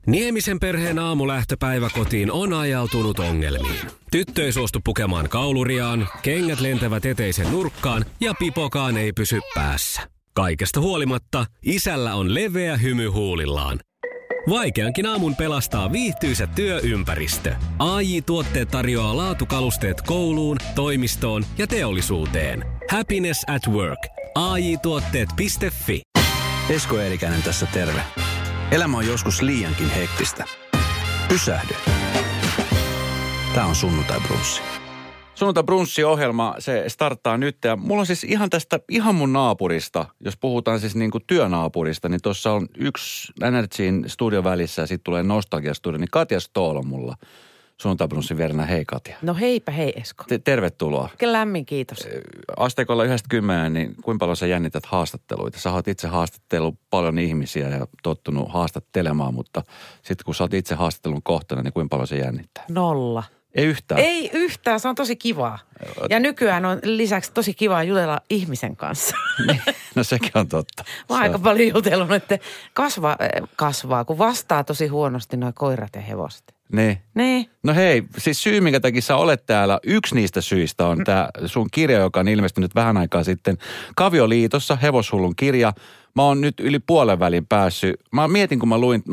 Niemisen perheen aamulähtöpäivä kotiin on ajautunut ongelmiin. Tyttö ei suostu pukemaan kauluriaan, kengät lentävät eteisen nurkkaan ja pipokaan ei pysy päässä. Kaikesta huolimatta, isällä on leveä hymy huulillaan. Vaikeankin aamun pelastaa viihtyisä työympäristö. AJ-tuotteet tarjoaa laatukalusteet kouluun, toimistoon ja teollisuuteen. Happiness at work. AJ-tuotteet.fi. Esko Eerikäinen tässä terve. Elämä on joskus liiankin hektistä. Pysähdy. Tää on Sunnuntai Brunssi. Sunnuntai Brunssi-ohjelma, se starttaa nyt ja mulla on siis ihan mun naapurista, jos puhutaan siis niinku työnaapurista, niin tuossa on yksi Energyn studion välissä ja sitten tulee Nostalgia-studio, niin Katja Stoll on mulla Sunnuntai Brunssin vierenä. Hei Katja. No heipä hei Esko. Tervetuloa. Lämmin kiitos. Asteikolla 1-10, niin kuinka paljon sä jännität haastatteluita? Sä oot itse haastattellut paljon ihmisiä ja tottunut haastattelemaan, mutta sitten kun sä oot itse haastattelun kohtana, niin kuinka paljon se jännittää? 0. Ei yhtään? Ei yhtään, se on tosi kivaa. Ja nykyään on lisäksi tosi kivaa jutella ihmisen kanssa. No sekin on totta. Mä oon aika paljon jutellut, että kasvaa, kun vastaa tosi huonosti nuo koirat ja hevoset. Niin. No hei, siis syy, minkä takia sä olet täällä, yksi niistä syistä on tämä sun kirja, joka on ilmestynyt vähän aikaa sitten Kavioliitossa, Hevoshullun kirja. Mä oon nyt yli puolen välin päässyt. Mä mietin, kun mä luin,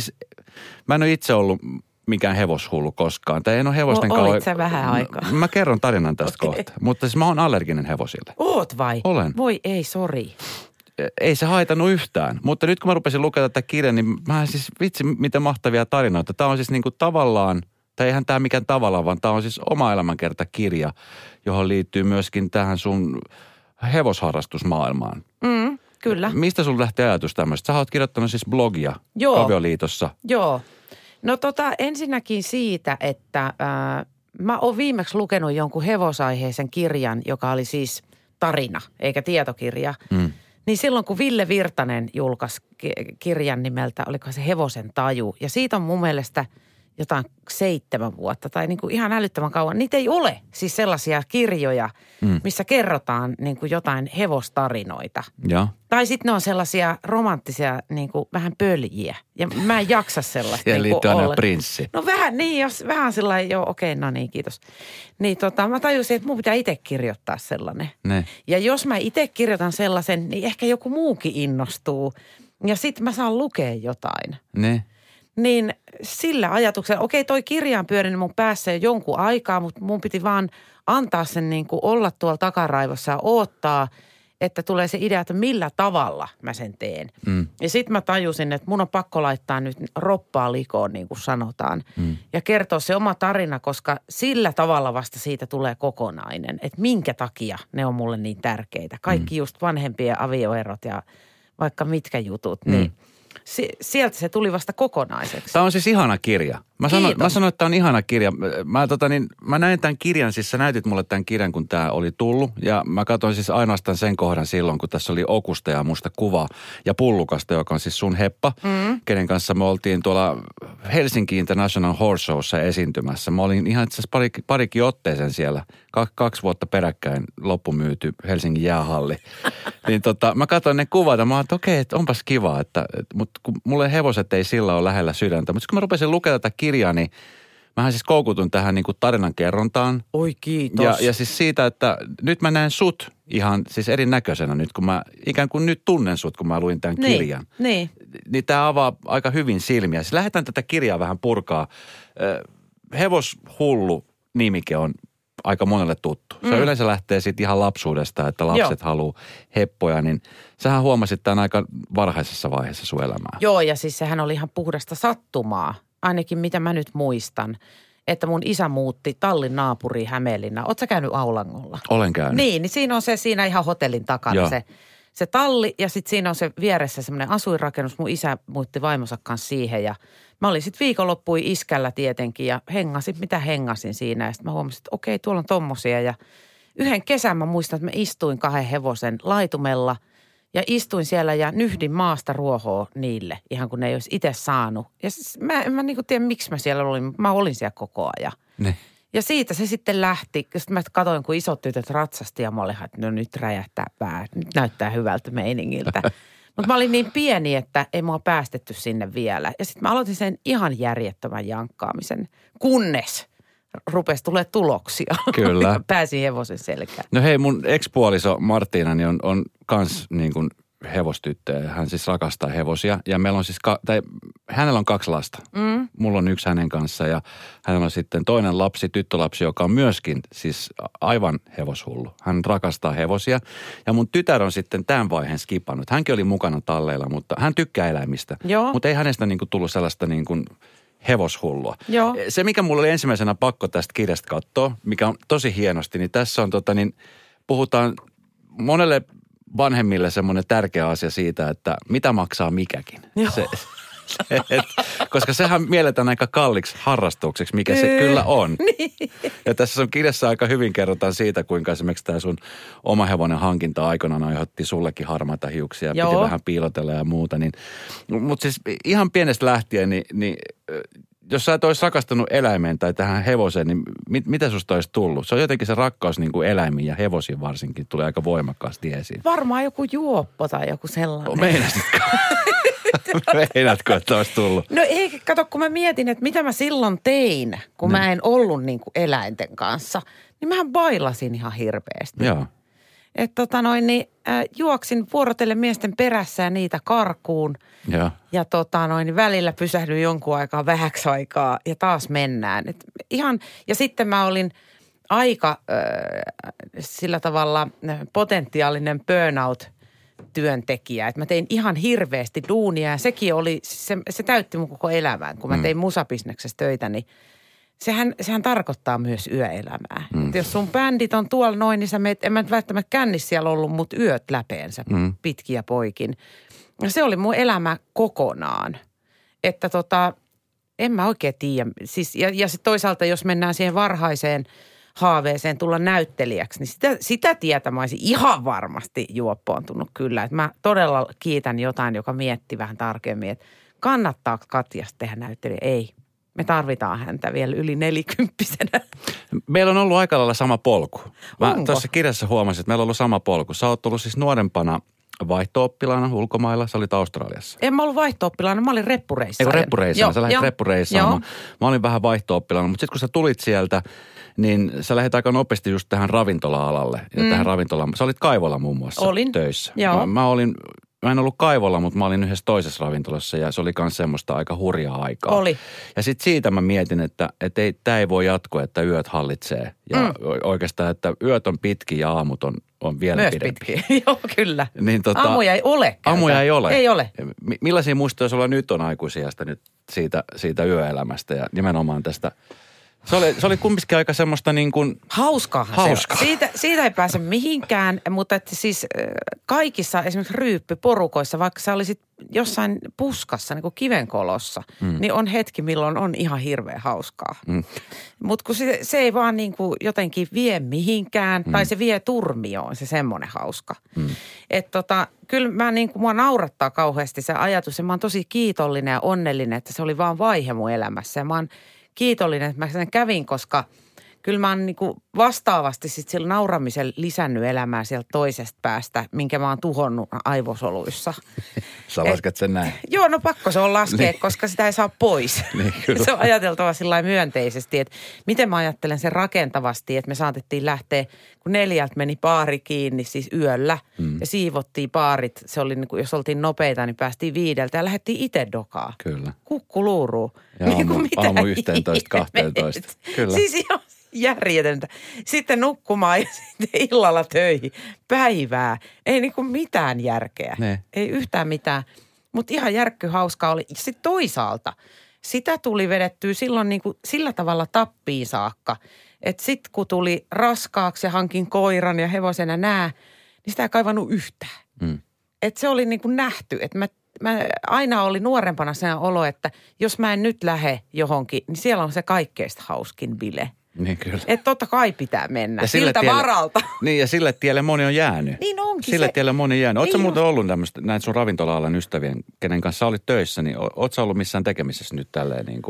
mä en ole itse ollut mikään hevoshullu koskaan. Tai en ole hevosten kauan. Olit sä vähän aikaa. Mä kerron tarinan tästä kohta. Mutta siis mä oon allerginen hevosille. Oot vai? Olen. Voi ei, sori. Ei se haitannut yhtään. Mutta nyt kun mä rupesin lukemaan tätä kirjaa, niin mä siis vitsi, miten mahtavia tarinoita. Tämä on siis niinku tavallaan, tai eihän tämä mikään tavallaan, vaan tämä on siis oma elämänkertakirja, johon liittyy myöskin tähän sun hevosharrastusmaailmaan. Kyllä. Mistä sun lähtee ajatus tämmöistä? Sä oot kirjoittanut siis blogia Kavioliitossa. Joo. No ensinnäkin siitä, että mä oon viimeksi lukenut jonkun hevosaiheisen kirjan, joka oli siis tarina, eikä tietokirja. Niin silloin, kun Ville Virtanen julkaisi kirjan nimeltä, oliko se Hevosen taju. Ja siitä on mun mielestä jotain 7 vuotta tai niin kuin ihan älyttömän kauan. Niitä ei ole siis sellaisia kirjoja, missä kerrotaan niin kuin jotain hevostarinoita. Ja. Tai sitten ne on sellaisia romanttisia niin kuin vähän pöljiä. Ja mä en jaksa sellaista. Siihen niin liittyy aina prinssi. No vähän niin, jos vähän sellainen, joo okei, no niin, kiitos. Niin mä tajusin, että mun pitää itse kirjoittaa sellainen. Ne. Ja jos mä itse kirjoitan sellaisen, niin ehkä joku muukin innostuu. Ja sitten mä saan lukea jotain. Ne. Niin sillä ajatuksella, okei toi kirja on pyörinyt mun päässä jo jonkun aikaa, mutta mun piti vaan antaa sen niin kuin olla tuolla takaraivossa ja odottaa, että tulee se idea, että millä tavalla mä sen teen. Ja sitten mä tajusin, että mun on pakko laittaa nyt roppaa likoon, niin kuin sanotaan. Ja kertoa se oma tarina, koska sillä tavalla vasta siitä tulee kokonainen. Että minkä takia ne on mulle niin tärkeitä. Kaikki just vanhempien avioerot ja vaikka mitkä jutut, niin sieltä se tuli vasta kokonaiseksi. Tämä on siis ihana kirja. Mä sanoin, että tämä on ihana kirja. Mä näin tämän kirjan, siis sä näytit mulle tämän kirjan, kun tämä oli tullut. Ja mä katsoin siis ainoastaan sen kohdan silloin, kun tässä oli Okusta ja musta kuva. Ja Pullukasta, joka on siis sun heppa, kenen kanssa me oltiin tuolla Helsinki International Horse Showssa esiintymässä. Mä olin ihan itse asiassa parikin otteeseen siellä. 2 vuotta peräkkäin loppumyyty Helsingin jäähalli. Niin mä katsoin ne kuvat ja mä että okei, että onpas kiva, mutta kun mulle hevoset ei sillä ole lähellä sydäntä. Mutta kun mä rupesin lukemaan tätä kirjaa, niin mähän siis koukutun tähän niin kuin tarinan kerrontaan. Oi kiitos. Ja siis siitä, että nyt mä näen sut ihan siis erinäköisenä nyt, kun mä ikään kuin nyt tunnen sut, kun mä luin tämän kirjan. Niin. Niin tää avaa aika hyvin silmiä. Siis lähdetään tätä kirjaa vähän purkaa. Hevoshullu nimike on aika monelle tuttu. Se yleensä lähtee sitten ihan lapsuudesta, että lapset haluaa heppoja, niin sähän huomasit tämän aika varhaisessa vaiheessa sun elämää. Joo, ja siis sehän oli ihan puhdasta sattumaa, ainakin mitä mä nyt muistan, että mun isä muutti tallin naapuriin Hämeenlinnaan. Ootko sä käynyt Aulangolla? Olen käynyt. Niin siinä on se siinä ihan hotellin takana se talli ja sitten siinä on se vieressä semmoinen asuinrakennus. Mun isä muutti vaimonsa kanssa siihen ja mä olin sitten viikonloppuin iskällä tietenkin ja hengasin siinä. Ja sitten mä huomasin, että okei, tuolla on tommosia. Ja yhden kesän mä muistan, että mä istuin 2 hevosen laitumella ja istuin siellä ja nyhdin maasta ruohoa niille, ihan kun ne ei olisi itse saanut. Ja mä niin kuin tiedä, miksi mä siellä olin, mä olin siellä koko ajan. Ne. Ja siitä se sitten lähti, kun mä katsoin, kun isot tytöt ratsasti ja mä olin, että no nyt räjähtää pää, nyt näyttää hyvältä meiningiltä. Mutta mä olin niin pieni, että ei mua päästetty sinne vielä. Ja sitten mä aloitin sen ihan järjettömän jankkaamisen, kunnes rupesi tulee tuloksia. Kyllä. Pääsin hevosen selkään. No hei, mun ex-puoliso Martina niin on kans niin kuin hevostyttö. Hän siis rakastaa hevosia ja meillä on siis, hänellä on 2 lasta. Mulla on 1 hänen kanssa ja hänellä on sitten toinen lapsi, tyttölapsi, joka on myöskin siis aivan hevoshullu. Hän rakastaa hevosia ja mun tytär on sitten tämän vaiheen skipannut. Hänkin oli mukana talleilla, mutta hän tykkää eläimistä. Joo. Mutta ei hänestä niin kuin tullut sellaista niin kuin hevoshullua. Joo. Se, mikä mulla oli ensimmäisenä pakko tästä kirjasta katsoa, mikä on tosi hienosti, niin tässä on puhutaan monelle vanhemmille semmoinen tärkeä asia siitä, että mitä maksaa mikäkin. Koska sehän mielletään aika kalliiksi harrastukseksi, mikä se kyllä on. Niin. Ja tässä on kirjassa aika hyvin kerrotaan siitä, kuinka esimerkiksi tämä sun oma hevonen hankinta aikanaan aiheutti sullekin harmaita hiuksia. Piti vähän piilotella ja muuta. Mutta siis ihan pienestä lähtien, niin jos sä et olisi rakastunut eläimeen tai tähän hevoseen, niin mitä susta olisi tullut? Se on jotenkin se rakkaus niin kuin eläimiin ja hevosiin varsinkin tulee aika voimakkaasti esiin. Varmaan joku juoppo tai joku sellainen. Meinasitko? Meinaatko, että olisi tullut? No ei, kato, kun mä mietin, että mitä mä silloin tein, kun mä en ollut niin kuin eläinten kanssa, niin mähän bailasin ihan hirveästi. Joo. Että juoksin vuorotellen miesten perässä ja niitä karkuun. Ja Ja välillä pysähdyin jonkun aikaa, vähäksi aikaa ja taas mennään. Ja sitten mä olin aika sillä tavalla potentiaalinen burnout-työntekijä. Että mä tein ihan hirveästi duunia ja sekin oli, se täytti mun koko elämän. Kun mä tein musabisneksessä töitä, niin sehän tarkoittaa myös yöelämää. Että jos sun bändit on tuolla noin, niin sä meet, en mä välttämättä kännissä siellä ollut, mutta yöt läpeensä pitkiä poikin. Ja se oli mun elämä kokonaan. Että en mä oikein tiedä. Siis, ja sitten toisaalta, jos mennään siihen varhaiseen haaveeseen tulla näyttelijäksi, niin sitä tietä mä olisin ihan varmasti juoppoontunut kyllä. Että mä todella kiitän jotain, joka mietti vähän tarkemmin, että kannattaako Katjasta tehdä näyttelijä? Ei. Me tarvitaan häntä vielä yli 40-vuotiaana. Meillä on ollut aika lailla sama polku. Mä tuossa kirjassa huomasin, että meillä on ollut sama polku. Sä oot ollut siis nuorempana vaihto-oppilaana ulkomailla. Sä olit Australiassa. En mä ollut vaihto-oppilaana, mä olin reppureissaaja. Eikö reppureissaaja? Sä lähdit reppureissaamaan. Mä olin vähän vaihto-oppilaana, mutta sitten kun sä tulit sieltä, niin sä lähdit aika nopeasti just tähän ravintola-alalle. Ja tähän ravintolaan. Sä olit Kaivolla muun muassa töissä. Joo. Mä en ollut Kaivolla, mutta mä olin yhdessä toisessa ravintolassa ja se oli myös semmoista aika hurjaa aikaa. Oli. Ja sitten siitä mä mietin, että tämä ei voi jatkua, että yöt hallitsee. Ja oikeastaan, että yöt on pitkiä ja aamut on vielä myös pidempi. Pitkiä, joo kyllä. Niin, aamuja ei ole. Aamuja ei ole. Ei ole. Millaisia muistoja sulla nyt on aikuisiästä nyt siitä yöelämästä ja nimenomaan tästä? Se oli kumminkin aika semmoista niin kuin Hauskaahan se. Siitä ei pääse mihinkään, mutta että siis kaikissa esimerkiksi ryyppyporukoissa, vaikka sä olisit jossain puskassa, niin kuin kivenkolossa, niin on hetki, milloin on ihan hirveän hauskaa. Mutta kun se ei vaan niin kuin jotenkin vie mihinkään, tai se vie turmioon, se semmoinen hauska. Että kyllä mä niin kuin mua naurattaa kauheasti se ajatus, ja mä oon tosi kiitollinen ja onnellinen, että se oli vaan vaihe mun elämässä, ja mä oon kiitollinen, että mä sen kävin, koska kyllä mä oon niinku vastaavasti sitten sillä nauramisella lisännyt elämää sieltä toisesta päästä, minkä mä oon tuhonnut aivosoluissa. Sä lasket sen näin. Joo, no pakko se on laskea, koska sitä ei saa pois. Niin, se on ajateltava sillä lailla myönteisesti, että miten mä ajattelen sen rakentavasti, että me saatettiin lähteä, kun 4 meni baari kiinni siis yöllä ja siivottiin baarit. Se oli niin kuin, jos oltiin nopeita, niin päästiin 5 ja lähdettiin itse dokaa. Kyllä. Kukkuluuruu. Ja aamu 11-12. Kyllä. Siis ihan järjetöntä. Sitten nukkumaan ja sitten illalla töihin. Päivää. Ei niinku mitään järkeä. Ne. Ei yhtään mitään. Mutta ihan järkkyhauskaa oli. Sitten toisaalta sitä tuli vedettyä silloin niinku sillä tavalla tappiin saakka. Että sitten kun tuli raskaaksi ja hankin koiran ja hevosena niin sitä ei kaivannut yhtään. Että se oli niinku nähty. Että mä aina oli nuorempana sen olo, että jos mä en nyt lähde johonkin, niin siellä on se kaikkeista hauskin bile. Niin kyllä. Että totta kai pitää mennä ja siltä varalta. Niin ja sille tielle moni on jäänyt. Niin onkin sille tielle moni on jäänyt. Oletko niin muuten ollut näin sun ravintola-alan ystävien, kenen kanssa olit töissä, niin ootko ollut missään tekemisessä nyt tälleen niin kuin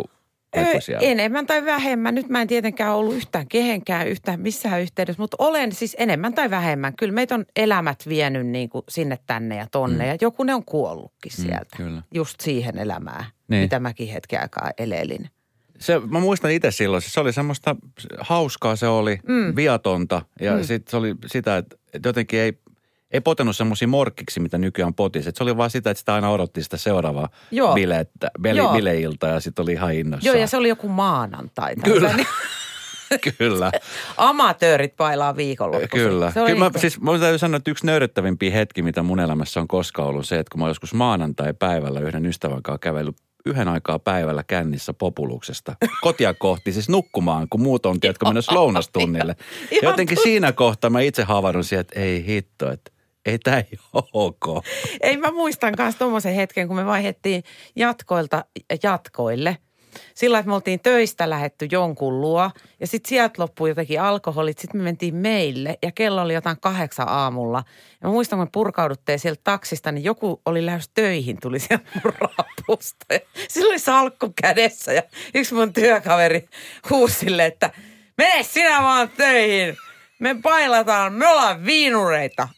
Enemmän tai vähemmän. Nyt mä en tietenkään ollut yhtään yhtään missään yhteydessä, mutta olen siis enemmän tai vähemmän. Kyllä meitä on elämät vienyt niin kuin sinne tänne ja tonne ja joku ne on kuollutkin sieltä. Kyllä. Just siihen elämään, mitä mäkin hetken aikaa elelin. Mä muistan itse silloin, se oli semmoista hauskaa, se oli viatonta ja sitten se oli sitä, että jotenkin ei potenut semmoisia morkkiksi, mitä nykyään potisi. Se oli vaan sitä, että sitä aina odotti sitä seuraavaa bileiltaa ja sitten oli ihan innossaan. Joo, ja se oli joku maanantai. Kyllä. Kyllä. Amatöörit pailaa viikonloppuisin. Kyllä. Mä täytyy sanoa, että yksi nöyryttävimpiä hetki, mitä mun elämässä on koskaan ollut se, että kun mä joskus maanantai-päivällä yhden ystävän kanssa kävellyt yhden aikaa päivällä kännissä Populuksesta kotia kohti, siis nukkumaan, kun muut on, tiedätkö, menossa lounastunnille. Jotenkin siinä kohtaa mä itse havahdun siihen, että ei hitto, että ei tämä ok. Ei, mä muistan myös tommosen hetken, kun me vaihdettiin jatkoilta jatkoille. Sillä, että me oltiin töistä lähetty jonkun luo ja sitten sieltä loppui jotenkin alkoholit. Sitten me mentiin meille ja kello oli jotain 8 aamulla. Ja mä muistan, kun me purkauduttiin sieltä taksista, niin joku oli lähdössä töihin, tuli sieltä mun raapusta. Ja sillä oli salkku kädessä ja yksi mun työkaveri huusi sille, että mene sinä vaan töihin. Me bailataan, me ollaan viinureita.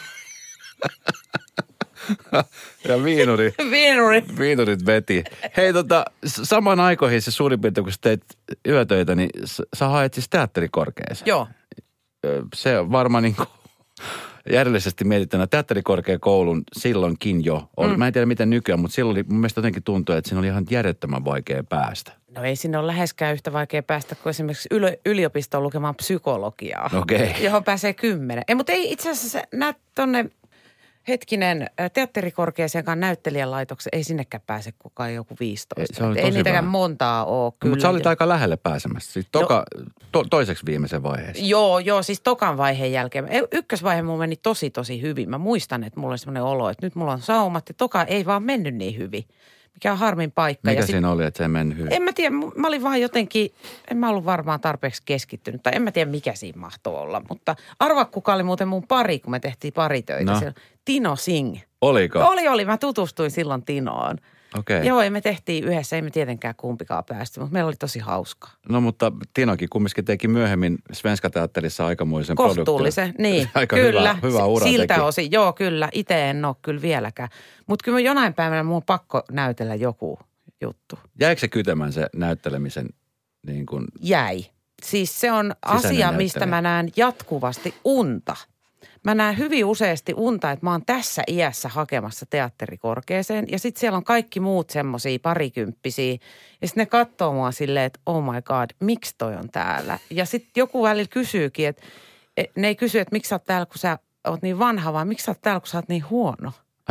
Ja viinurit veti. Hei saman aikoihin se suurin piirtein, kun sä teit yötöitä, niin sä haet siis teatterikorkeeseen. Joo. Se varmaan niin kuin järjellisesti mietitään, teatterikorkeakoulun silloinkin jo. Mä en tiedä miten nykyään, mutta silloin oli, mun mielestä jotenkin tuntui, että siinä oli ihan järjettömän vaikea päästä. No ei sinne ole läheskään yhtä vaikea päästä kuin esimerkiksi yliopistoon lukemaan psykologiaa. Okei. Johon pääsee 10. Mutta ei itse asiassa näet tonne teatterikorkeaseenkaan näyttelijälaitoksen, ei sinnekään pääse kukaan joku 15. Ei niitäkään montaa ole kyllä. Mutta sä olit aika lähelle pääsemässä, siis toiseksi viimeisen vaiheessa. Joo, siis tokan vaiheen jälkeen. Ykkösvaihe mulla meni tosi hyvin. Mä muistan, että mulla oli semmoinen olo, että nyt mulla on saumat ja toka ei vaan mennyt niin hyvin. Mikä on harmin paikka. Mikä siinä oli, että se ei mennyt hyvin? En mä tiedä, mä olin vaan jotenkin, en mä ollut varmaan tarpeeksi keskittynyt. Tai en mä tiedä, mikä siinä mahtoi olla. Mutta arva, kuka oli muuten mun pari, kun me tehtiin paritöitä. No. Tino Singh. Oliko? Oli. Mä tutustuin silloin Tinoon. Okei. Joo, me tehtiin yhdessä, ei me tietenkään kumpikaan päästy, mutta meillä oli tosi hauskaa. No mutta Tinokin kumminkin teki myöhemmin Svenska Teatterissa aikamoisen produktion. Kohtuullisen, niin. Aika kyllä, hyvä ura siltä teki. osin, joo kyllä. Itse en ole kyllä vieläkään. Mutta kyllä jonain päivänä mun on pakko näytellä joku juttu. Jäikö se kytemään se näyttelemisen niin kuin? Jäi. Siis se on asia, mistä mä näen jatkuvasti unta. Mä näen hyvin useasti unta, että mä oon tässä iässä hakemassa teatterikorkeeseen ja sitten siellä on kaikki muut semmosia parikymppisiä ja sitten ne katsoo mua silleen, että oh my god, miksi toi on täällä? Ja sitten joku välillä kysyykin, että ne ei kysy, että miksi sä oot täällä, kun sä oot niin vanha, vaan miksi sä oot täällä, kun sä oot niin huono?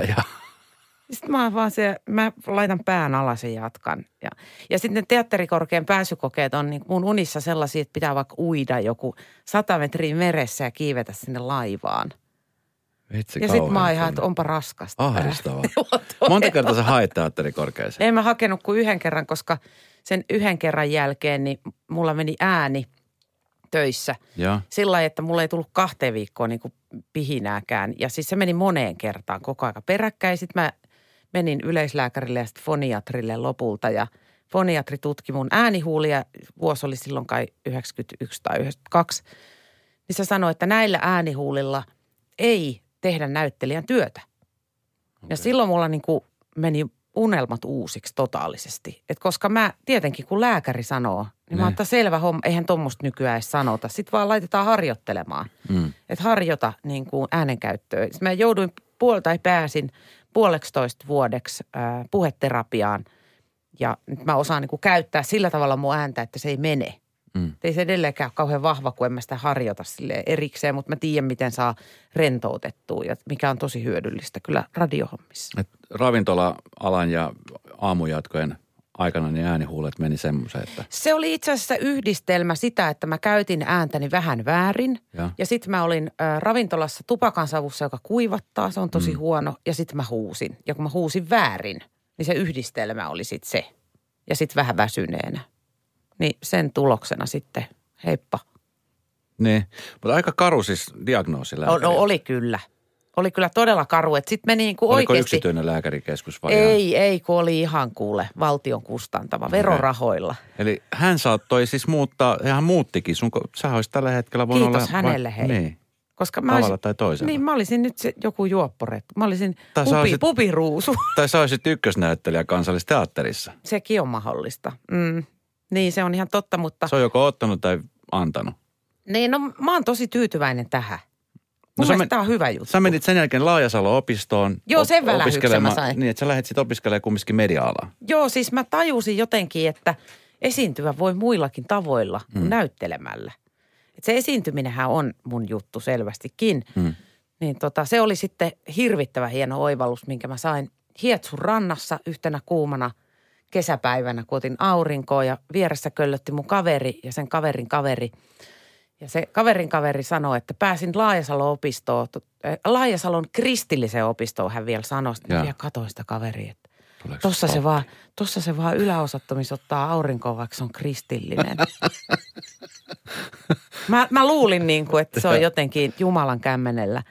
Sitten mä laitan pään alas ja jatkan. Ja sitten ne teatterikorkean pääsykokeet on niin mun unissa sellaisia, että pitää vaikka uida joku 100 metriä meressä ja kiivetä sinne laivaan. Vitsi, ja sitten mä oon ihan, että onpa raskasta. Ahdistavaa. Monta kertaa sä haet teatterikorkeeseen? En mä hakenut kuin yhden kerran, koska sen yhden kerran jälkeen niin mulla meni ääni töissä. Ja. Sillä lailla, että mulla ei tullut 2 viikkoa niin kuin pihinääkään. Ja siis se meni moneen kertaan koko aika peräkkäin. Sitten mä menin yleislääkärille ja sitten foniatrille lopulta ja foniatri tutki mun äänihuulia. Vuosi oli silloin kai 91 tai 92. Niin se sanoi, että näillä äänihuulilla ei tehdä näyttelijän työtä. Okay. Ja silloin mulla niin kuin meni unelmat uusiksi totaalisesti. Et koska mä tietenkin kun lääkäri sanoo, niin mä oon, selvä homma, eihän tommoista nykyään edes sanota. Sitten vaan laitetaan harjoittelemaan. Että harjoita niin kuin äänenkäyttöä. Sitten mä jouduin pääsin 1,5 vuodeksi puheterapiaan. Ja nyt mä osaan niin kuin käyttää sillä tavalla mun ääntä, että se ei mene. Ei se edelleenkään ole kauhean vahva, kun en mä sitä harjoita silleen erikseen, mutta mä tiedän, miten saa rentoutettua ja mikä on tosi hyödyllistä kyllä radiohommissa. Et ravintola-alan ja aamujatkojen aikana niin äänihuulet meni semmoiseen, että... Se oli itse asiassa yhdistelmä sitä, että mä käytin ääntäni vähän väärin. Ja sitten mä olin ravintolassa tupakansavussa, joka kuivattaa, se on tosi huono. Ja sitten mä huusin. Ja kun mä huusin väärin, niin se yhdistelmä oli sitten se. Ja sitten vähän väsyneenä. Niin sen tuloksena sitten, heippa. Niin, mutta aika karu siis diagnoosi lääkäri. No oli kyllä. Oli kyllä todella karu, että sitten meni niin kuin Oliko oikeasti. yksityinen lääkärikeskus vai? Ei, kun oli ihan kuule valtion kustantava, verorahoilla. Eli hän saattoi siis muuttaa, ja hän muuttikin. Sä olisit tällä hetkellä voinut olla. Kiitos hänelle hei. Niin. Koska Tavalla tai toisella. Niin, mä olisin nyt se joku juopporettu. Mä olisin pupiruusu. Tai sä olisit ykkösnäyttelijä Kansallisteatterissa. Sekin on mahdollista. Niin, se on ihan totta, mutta. Se on joko ottanut tai antanut. Niin, no mä oon tosi tyytyväinen tähän. Mun mielestä tää on hyvä juttu. Sä menit sen jälkeen Laajasalo-opistoon. Joo, sen välähyksen mä sain. Niin, että sä lähdit sit opiskelemaan kumminkin media-alaa. Joo, siis mä tajusin jotenkin, että esiintyä voi muillakin tavoilla kuin näyttelemällä. Et se esiintyminenhän on mun juttu selvästikin. Niin se oli sitten hirvittävän hieno oivallus, minkä mä sain Hietsun rannassa yhtenä kuumana kesäpäivänä, kun otin aurinkoa ja vieressä köllötti mun kaveri ja sen kaverin kaveri. Ja se kaverin kaveri sanoi, että pääsin Laajasalon-opistoon, Laajasalon kristilliseen opistoon hän vielä sanoi. Sitten mä vielä katsoin sitä kaveria, että tossa se vaan yläosattomis ottaa aurinkoa, vaikka se on kristillinen. Mä luulin niin kuin, että se on jotenkin Jumalan kämmenellä.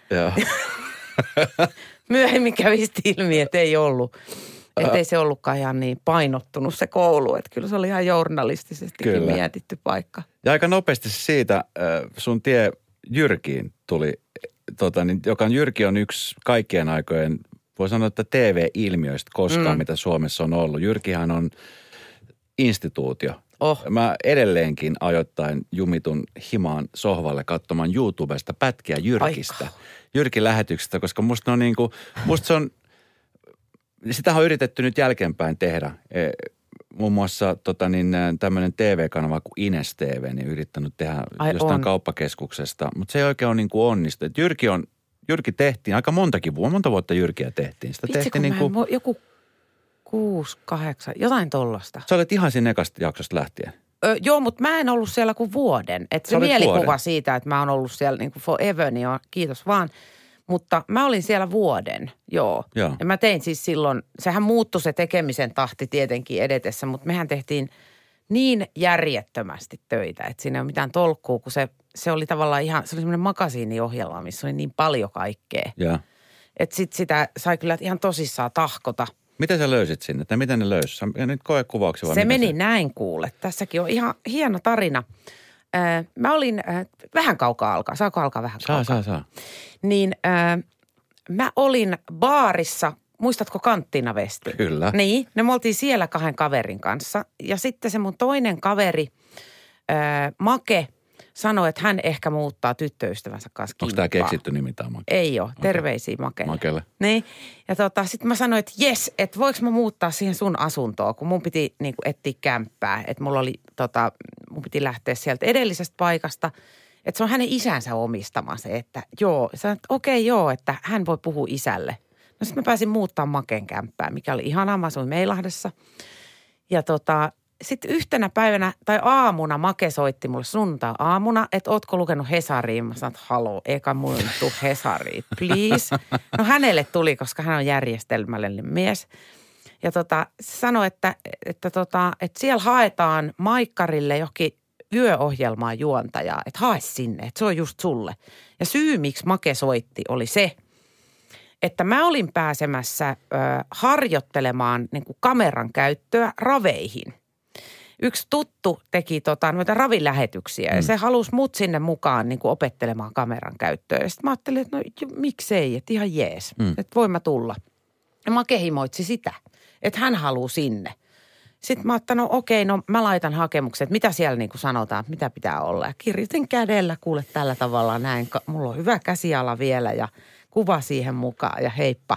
Myöhemmin kävi ilmi, että ei ollut. Että ei se ollutkaan ihan niin painottunut se koulu. Että kyllä se oli ihan journalistisestikin mietitty paikka. Ja aika nopeasti siitä sun tie Jyrkiin tuli, Jyrki on yksi kaikkien aikojen, voi sanoa, että TV-ilmiöistä koskaan, mitä Suomessa on ollut. Jyrkihän on instituutio. Mä edelleenkin ajoittain jumitun himaan sohvalle katsomaan YouTubesta pätkiä Jyrkistä. Jyrkin lähetyksistä, koska musta se on, sitä on yritetty nyt jälkeenpäin tehdä. Muun muassa tämmöinen TV-kanava kuin Ines TV, niin yrittänyt tehdä jostain kauppakeskuksesta. Mutta se ei oikein ole niin kuin onnistunut. Jyrki tehtiin aika monta vuotta Jyrkiä tehtiin. Sitä vitsi, tehtiin joku 6, 8, jotain tollasta. Sä olet ihan siinä ekasta jaksosta lähtien. Joo, mutta mä en ollut siellä kuin vuoden. Että se mielikuva siitä, että mä oon ollut siellä niin kuin forever, niin kiitos vaan. Mutta mä olin siellä vuoden, joo. Ja mä tein siis silloin, sehän muuttui se tekemisen tahti tietenkin edetessä, mutta mehän tehtiin niin järjettömästi töitä, että siinä ei ole mitään tolkkua, kun se oli tavallaan ihan, se oli semmoinen makasiiniohjelma, missä oli niin paljon kaikkea. Että sit sitä sai kyllä ihan tosissaan tahkota. Miten sä löysit sinne? Tai miten ne löysi? Nyt koekuvauksia vai se meni näin kuule. Tässäkin on ihan hieno tarina. Mä olin vähän kaukaa alkaa. Saako alkaa vähän kaukaa? Saa. Niin mä olin baarissa, muistatko Kanttina Vesti? Kyllä. Niin, me oltiin siellä 2 kaverin kanssa. Ja sitten se mun toinen kaveri, Make, sanoi, että hän ehkä muuttaa tyttöystävänsä kanssa kimppaa. Onko tämä keksitty nimi tämä Make? Ei ole. Terveisiä Makelle. Makelle. Niin. Ja sitten mä sanoin, että jes, että voiko mä muuttaa siihen sun asuntoon, kun mun piti niin kuin etsiä kämppää. Että mulla oli, mun piti lähteä sieltä edellisestä paikasta. Että se on hänen isänsä omistama se, että joo. Sanoin, että okei, että hän voi puhua isälle. No sitten mä pääsin muuttaa Maken kämppää, mikä oli ihanaa. Mä asuin Meilahdessa. Ja sitten yhtenä päivänä tai aamuna Make soitti mulle sunnuntai-aamuna, että ootko lukenut Hesariin? Mä sanoin, että haloo, eikä mulla nyt tuu Hesariin, please. No hänelle tuli, koska hän on järjestelmällinen mies. Ja se sanoi, että siellä haetaan Maikkarille johonkin yöohjelmaa juontajaa, että hae sinne, että se on just sulle. Ja syy, miksi Make soitti, oli se, että mä olin pääsemässä harjoittelemaan niin kuin kameran käyttöä raveihin. Yksi tuttu teki noita ravilähetyksiä ja se halusi mut sinne mukaan niin kuin opettelemaan kameran käyttöä. Ja sitten mä ajattelin, että no miksei, että ihan jees, että voin mä tulla. Ja Make himoitsi sitä, että hän haluaa sinne. Sitten mä ajattelin, no okei, no mä laitan hakemukset, että mitä siellä niin kuin sanotaan, mitä pitää olla. Ja kirjoitin kädellä, kuule tällä tavalla näin, mulla on hyvä käsiala vielä ja kuva siihen mukaan ja heippa.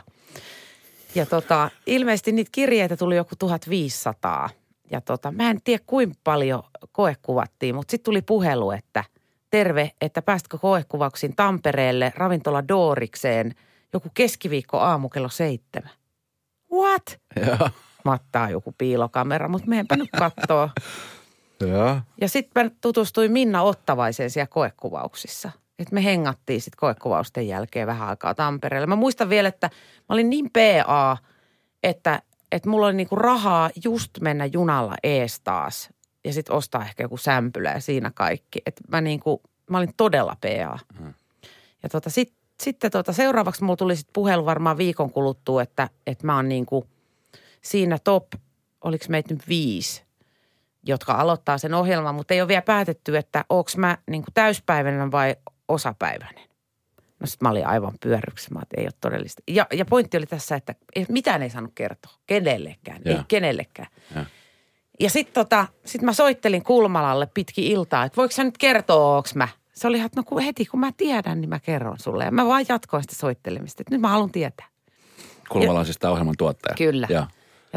Ja ilmeisesti niitä kirjeitä tuli joku 1500. Ja mä en tiedä kuinka paljon koekuvattiin, mutta sitten tuli puhelu, että terve, että päästkö koekuvauksiin Tampereelle ravintola Doorikseen joku keskiviikko aamu kello 7. What? Joo. Mattaa joku piilokamera, mutta meidänpä nyt kattoo. Joo. Ja sitten tutustuin Minna Ottavaiseen siellä koekuvauksissa. Että me hengattiin sitten koekuvausten jälkeen vähän aikaa Tampereelle. Mä muistan vielä, että mä olin niin PA, että mulla oli niinku rahaa just mennä junalla ees taas ja sitten ostaa ehkä joku sämpylä ja siinä kaikki. Että mä olin todella PA. Ja sitten sitten seuraavaksi mulla tuli sitten puhelu varmaan viikon kuluttua, että mä oon niinku siinä oliko meitä nyt 5, jotka aloittaa sen ohjelman, mutta ei ole vielä päätetty, että onko mä niinku täyspäiväinen vai osapäiväinen. No sit mä olin aivan pyörryksessä, että ei ole todellista. Ja pointti oli tässä, että mitään ei saanut kertoa kenellekään, ei kenellekään. Ja sitten sit mä soittelin Kulmalalle pitkin iltaa, että voiko sä nyt kertoa, onko mä. Se oli, että no heti kun mä tiedän, niin mä kerron sulle. Ja mä vaan jatkoin sitä soittelemista, että nyt mä haluan tietää. Kulmala on siis tämä ohjelman tuottaja. Kyllä. Ja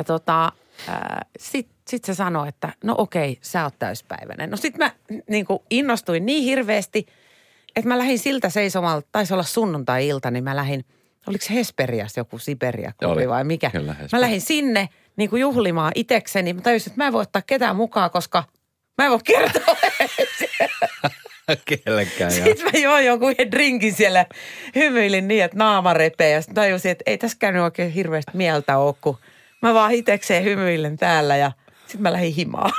sit se sanoi, että no okei, sä oot täyspäiväinen. No sit mä niinku innostuin niin hirveästi, että mä lähdin siltä seisomalta, taisi olla sunnuntai-ilta, niin mä lähdin, oliko se Hesperias joku Siberia-klubi vai mikä? Kyllä, mä lähdin sinne niin kuin juhlimaan itekseni. Mä tajusin, että mä en voi ottaa ketään mukaan, koska mä en voi kertoa. Kellekään, Sitten mä join joku drinkin siellä, hymyilin niin, että naama repee. Ja sitten tajusin, että ei tässä käynyt oikein hirveästi mieltä ole, kun mä vaan itekseen hymyilen täällä ja sitten mä lähdin himaan.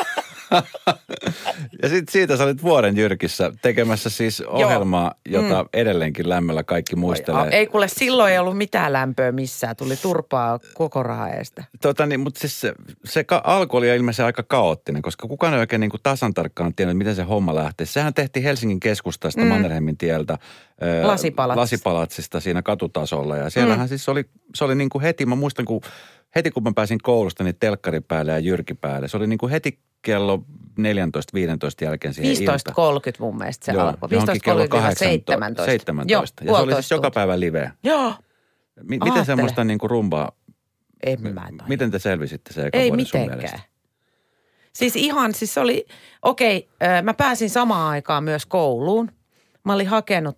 Ja sitten siitä sä olit vuoden Jyrkissä tekemässä siis ohjelmaa, jota edelleenkin lämmöllä kaikki muistelee. Ei kuule, silloin ei ollut mitään lämpöä missään. Tuli turpaa koko rahaeesta. Mutta siis se alku oli ilmeisesti aika kaoottinen, koska kukaan ei oikein niin kuin tasan tarkkaan tiennyt, miten se homma lähtee. Sehän tehtiin Helsingin keskustasta Mannerheimin tieltä. Lasipalatsista siinä katutasolla. Ja siellähän siis se oli niin kuin heti, mä muistan kun mä pääsin koulusta, niin telkkari päälle ja Jyrki päälle. Se oli niin kuin heti kello 14-15 jälkeen siihen 15.30 mun mielestä se alkoi. 15.30-17. 17. Ja se oli siis joka päivä live. Joo. Miten semmoista niin kuin rumbaa, miten te selvisitte se eka vuoden sun mielestä? Siis se oli, mä pääsin samaan aikaan myös kouluun. Mä olin hakenut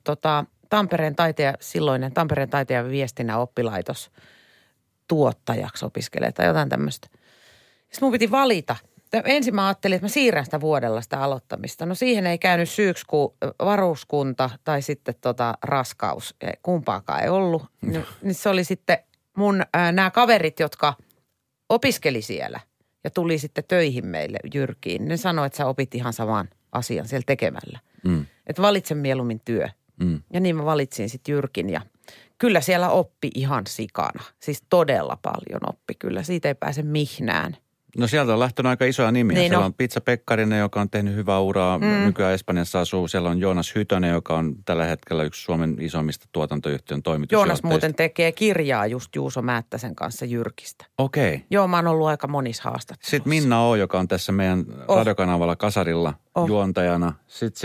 silloinen Tampereen taiteen ja viestinnän oppilaitos tuottajaksi opiskelee tai jotain tämmöistä. Sitten mun piti valita. Ensin mä ajattelin, että mä siirrän sitä vuodella sitä aloittamista. No siihen ei käynyt syyksi, kun varuskunta tai sitten raskaus. Kumpaakaan ei ollut. Niin se oli sitten nämä kaverit, jotka opiskeli siellä ja tuli sitten töihin meille Jyrkiin. Ne sanoi, että sä opit ihan saman asian siellä tekemällä. Että valitse mieluummin työ. Ja niin mä valitsin sitten Jyrkin ja kyllä siellä oppi ihan sikana. Siis todella paljon oppi kyllä. Siitä ei pääse mihnään. No sieltä on lähtenyt aika isoja nimiä. Niin siellä on Pizza Pekkarinen, joka on tehnyt hyvää uraa. Nykyään Espanjassa asuu. Siellä on Joonas Hytönen, joka on tällä hetkellä yksi Suomen isommista tuotantoyhtiön toimitusjohtajista. Joonas muuten tekee kirjaa just Juuso Määttäsen kanssa Jyrkistä. Okei. Joo, mä oon ollut aika monissa haastattelussa. Sitten Minna O, joka on tässä meidän radiokanavalla Kasarilla juontajana. Sitten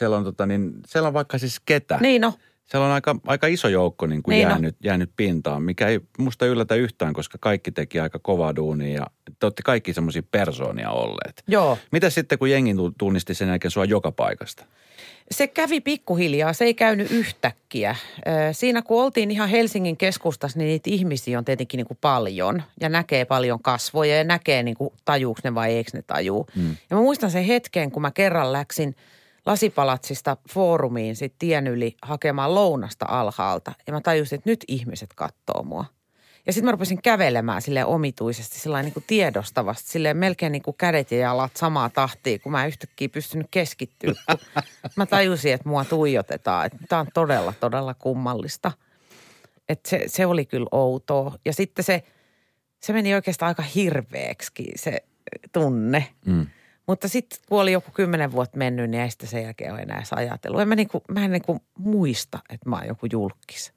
siellä on vaikka siis ketä. Niin no. Siellä on aika iso joukko niin kuin jäänyt pintaan, mikä ei musta yllätä yhtään, koska kaikki teki aika kovaa duunia ja te olette kaikki semmoisia persoonia olleet. Joo. Mitä sitten, kun jengi tunnisti sen jälkeen sua joka paikasta? Se kävi pikkuhiljaa, se ei käynyt yhtäkkiä. Siinä kun oltiin ihan Helsingin keskustassa, niin niitä ihmisiä on tietenkin niin kuin paljon ja näkee paljon kasvoja ja näkee niin kuin tajuuks ne vai eikö ne tajuu. Ja mä muistan sen hetken, kun mä kerran läksin Lasipalatsista foorumiin sitten tien yli hakemaan lounasta alhaalta. Ja mä tajusin, että nyt ihmiset katsoo mua. Ja sitten mä rupesin kävelemään silleen omituisesti, silleen niin kuin tiedostavasti, silleen melkein niin kuin kädet ja jalat samaa tahtia, kun mä en yhtäkkiä pystynyt keskittyä. Mä tajusin, että mua tuijotetaan, että tämä on todella, todella kummallista. Että se oli kyllä outoa. Ja sitten se meni oikeastaan aika hirveäksikin se tunne. Mutta sitten kun oli joku 10 vuotta mennyt, niin ei sitä sen jälkeen ole enää edes ajatellut. Mä en muista, että mä oon joku julkis.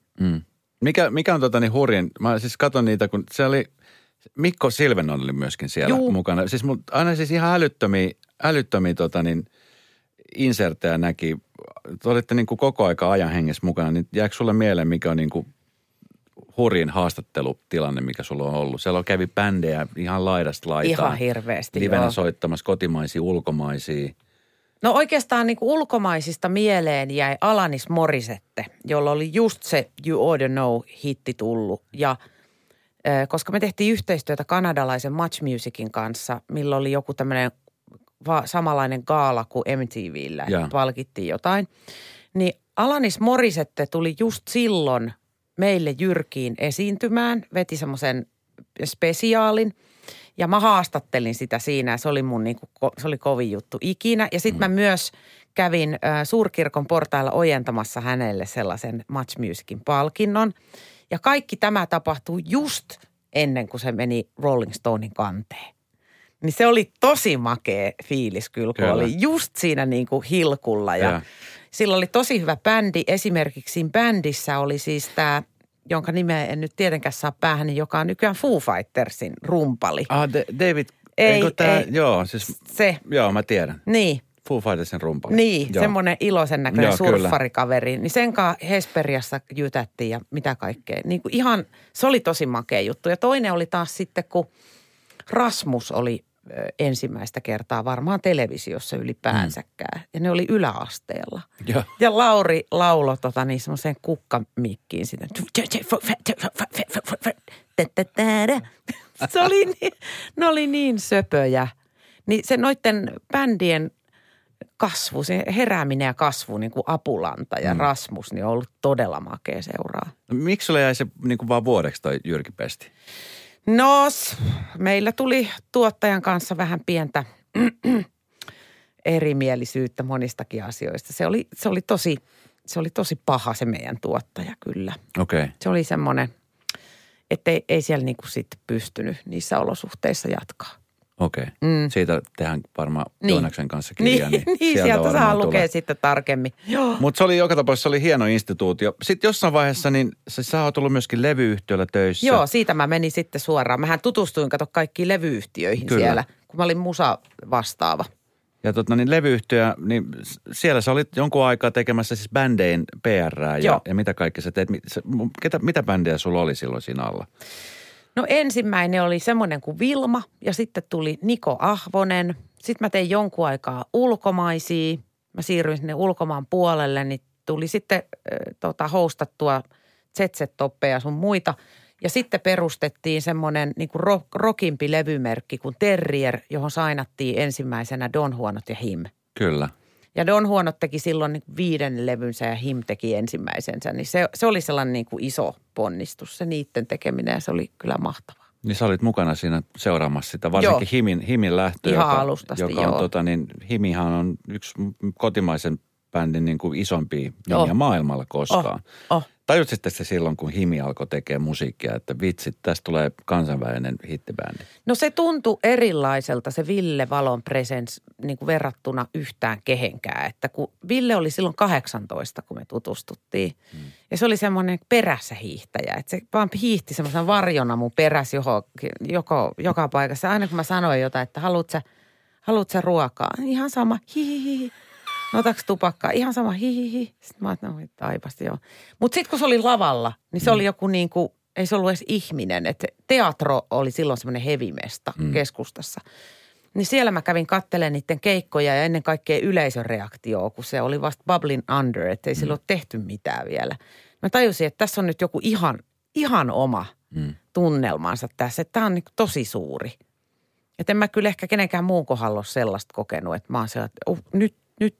Mikä on hurjin? Mä siis katson niitä, kun se oli, Mikko Silvenon oli myöskin siellä mukana. Siis aina siis ihan älyttömiä insertejä näki. Te olitte niin kuin koko aika ajan hengessä mukana, niin jääkö sulle mieleen, mikä on niin kuin hurjin haastattelutilanne, mikä sulla on ollut? Siellä kävi bändejä ihan laidasta laitaan. Ihan hirveästi, livenä soittamassa kotimaisia, ulkomaisia. No oikeastaan niin kuin ulkomaisista mieleen jäi Alanis Morissette, jolla oli just se You Ought to Know-hitti tullut. Ja koska me tehtiin yhteistyötä kanadalaisen Much Musicin kanssa, millä oli joku tämmöinen samanlainen gaala kuin MTVllä, palkittiin jotain. Niin Alanis Morissette tuli just silloin meille Jyrkiin esiintymään, veti semmoisen spesiaalin ja mä haastattelin sitä siinä ja se oli mun se oli kovin juttu ikinä. Ja sitten mä myös kävin Suurkirkon portailla ojentamassa hänelle sellaisen Much Musicin palkinnon. Ja kaikki tämä tapahtui just ennen kuin se meni Rolling Stonein kanteen. Niin se oli tosi makea fiilis kyllä, kun oli just siinä niin kuin hilkulla. Ja sillä oli tosi hyvä bändi. Esimerkiksi siinä bändissä oli siis tämä, jonka nimeä en nyt tietenkään saa päähän, joka on nykyään Foo Fightersin rumpali. David, joo, siis se. Joo, mä tiedän. Niin. Foo Fightersin rumpali. Niin, semmoinen iloisen näköinen surffarikaveri. Niin sen kanssa Hesperiassa jytättiin ja mitä kaikkea. Niin kuin ihan, se oli tosi makea juttu. Ja toinen oli taas sitten, kun Rasmus oli ensimmäistä kertaa varmaan televisiossa ylipäänsäkään. Ja ne oli yläasteella. Ja Lauri lauloi semmoiseen kukkamikkiin sitten. Ne oli niin söpöjä. Niin se noitten bändien kasvu, se herääminen ja kasvu, niin kuin Apulanta ja Rasmus, niin on ollut todella makea seuraa. No, miksi sulle jäi se niin kuin vaan vuodeksi toi Jyrki Pesti? No, meillä tuli tuottajan kanssa vähän pientä erimielisyyttä monistakin asioista. Se oli tosi paha se meidän tuottaja kyllä. Okei. Se oli semmoinen, että ei siellä niin kuin sitten pystynyt niissä olosuhteissa jatkaa. Okei. Siitä tehdään varmaan Joonaksen kanssa kirjaa. Niin sieltä saa lukea sitten tarkemmin. Mutta se oli joka tapauksessa se oli hieno instituutio. Sitten jossain vaiheessa, niin sä oot ollut myöskin levyyhtiöllä töissä. Joo, siitä mä menin sitten suoraan. Mähän tutustuin, kaikkiin levyyhtiöihin siellä, kun mä olin musa vastaava. Ja niin levyyhtiö, niin siellä sä olit jonkun aikaa tekemässä siis bändein PR:ää ja mitä kaikkea sä teet. Mitä bändejä sulla oli silloin siinä alla? No ensimmäinen oli semmoinen kuin Vilma ja sitten tuli Niko Ahvonen. Sitten mä tein jonkun aikaa ulkomaisia. Mä siirryin sinne ulkomaan puolelle, niin tuli sitten hostattua ZZ-toppeja sun muita. Ja sitten perustettiin semmoinen niin kuin rockimpi levymerkki kuin Terrier, johon sainattiin ensimmäisenä Don Juanot ja Him. Kyllä. Ja Don Juanot teki silloin niin 5. levynsä ja Him teki ensimmäisensä. Niin se oli sellainen niin kuin iso ponnistus, se niiden tekeminen ja se oli kyllä mahtavaa. Niin sä olit mukana siinä seuraamassa sitä, varsinkin Himin lähtöä. Ihan alustasti, joka on, Himihan on yksi kotimaisen bändin niin kuin isompia nimiä maailmalla koskaan. Tajutsitte se silloin, kun Himi alkoi tekemään musiikkia, että vitsit, tästä tulee kansainvälinen hittibändi? No se tuntui erilaiselta se Ville Valon presence niin kuin verrattuna yhtään kehenkään. Että kun Ville oli silloin 18, kun me tutustuttiin. Ja se oli semmoinen perässä hiihtäjä. Että se vaan hiihti semmoisen varjona mun perässä joka paikassa. Aina kun mä sanoin jotain, että haluut sä ruokaa? Ihan sama, hihihi. No otaks tupakkaa? Ihan sama, hihihi. Sitten mä ajattelin, että taipasti joo. Mutta sitten kun se oli lavalla, niin se oli joku niin kuin, ei se ollut edes ihminen. Että Teatro oli silloin semmoinen hevimesta keskustassa. Niin siellä mä kävin katselemaan niiden keikkoja ja ennen kaikkea yleisön reaktioa, kun se oli vasta bubbling under, että ei sillä ole tehty mitään vielä. Mä tajusin, että tässä on nyt joku ihan oma tunnelmansa tässä, että tämä on niin tosi suuri. Että en mä kyllä ehkä kenenkään muun kohdalla ole sellaista kokenut, että mä oon sellainen, että nyt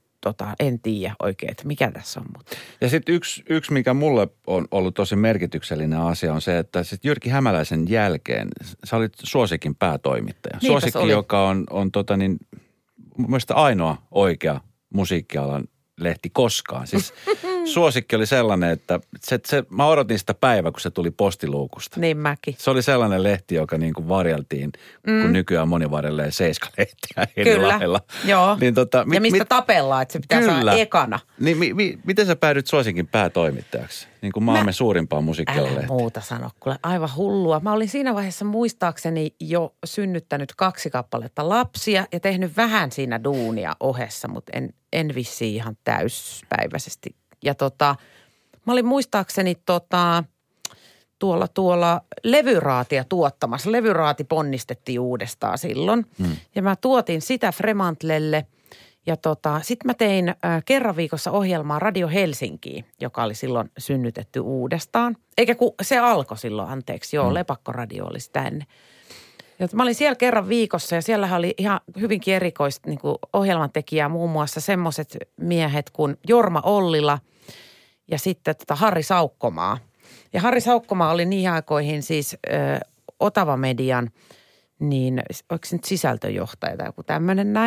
en tiedä oikein, että mikä tässä on. Mutta. Ja sitten yksi, mikä mulle on ollut tosi merkityksellinen asia on se, että sitten Jyrki Hämäläisen jälkeen sä olit Suosikin päätoimittaja. Niinpäs Suosikki, oli. Joka on mun mielestä ainoa oikea musiikkialan lehti koskaan. Siis Suosikki oli sellainen, että mä odotin sitä päivää, kun se tuli postiluukusta. Niin mäkin. Se oli sellainen lehti, joka niin kuin varjeltiin, kun nykyään moni varjelee Seiska-lehtiä eri lailla. Joo. Niin ja mistä tapellaan, että se pitää saada ekana. Niin miten sä päädyit Suosikin päätoimittajaksi? Niin kuin maamme suurimpaan musiikkialan lehti. Älä muuta sano, kuule aivan hullua. Mä olin siinä vaiheessa muistaakseni jo synnyttänyt 2 kappaletta lapsia ja tehnyt vähän siinä duunia ohessa, mutta en vissiin ihan täyspäiväisesti. Ja mä olin muistaakseni tuolla levyraatia tuottamassa. Levyraati ponnistettiin uudestaan silloin. Ja mä tuotin sitä Fremantlelle. Ja sitten mä tein kerran viikossa ohjelmaa Radio Helsinkiin, joka oli silloin synnytetty uudestaan. Eikä kun se alkoi silloin, anteeksi, Lepakkoradio oli sitä ennen. Ja mä olin siellä kerran viikossa ja siellähän oli ihan hyvinkin erikoista niin kuin ohjelmantekijää, muun muassa semmoiset miehet kuin Jorma Ollila ja sitten Harri Saukkomaa. Ja Harri Saukkomaa oli niihin aikoihin siis Otava Median, niin oliko se nyt sisältöjohtaja tai joku tämmöinen näin.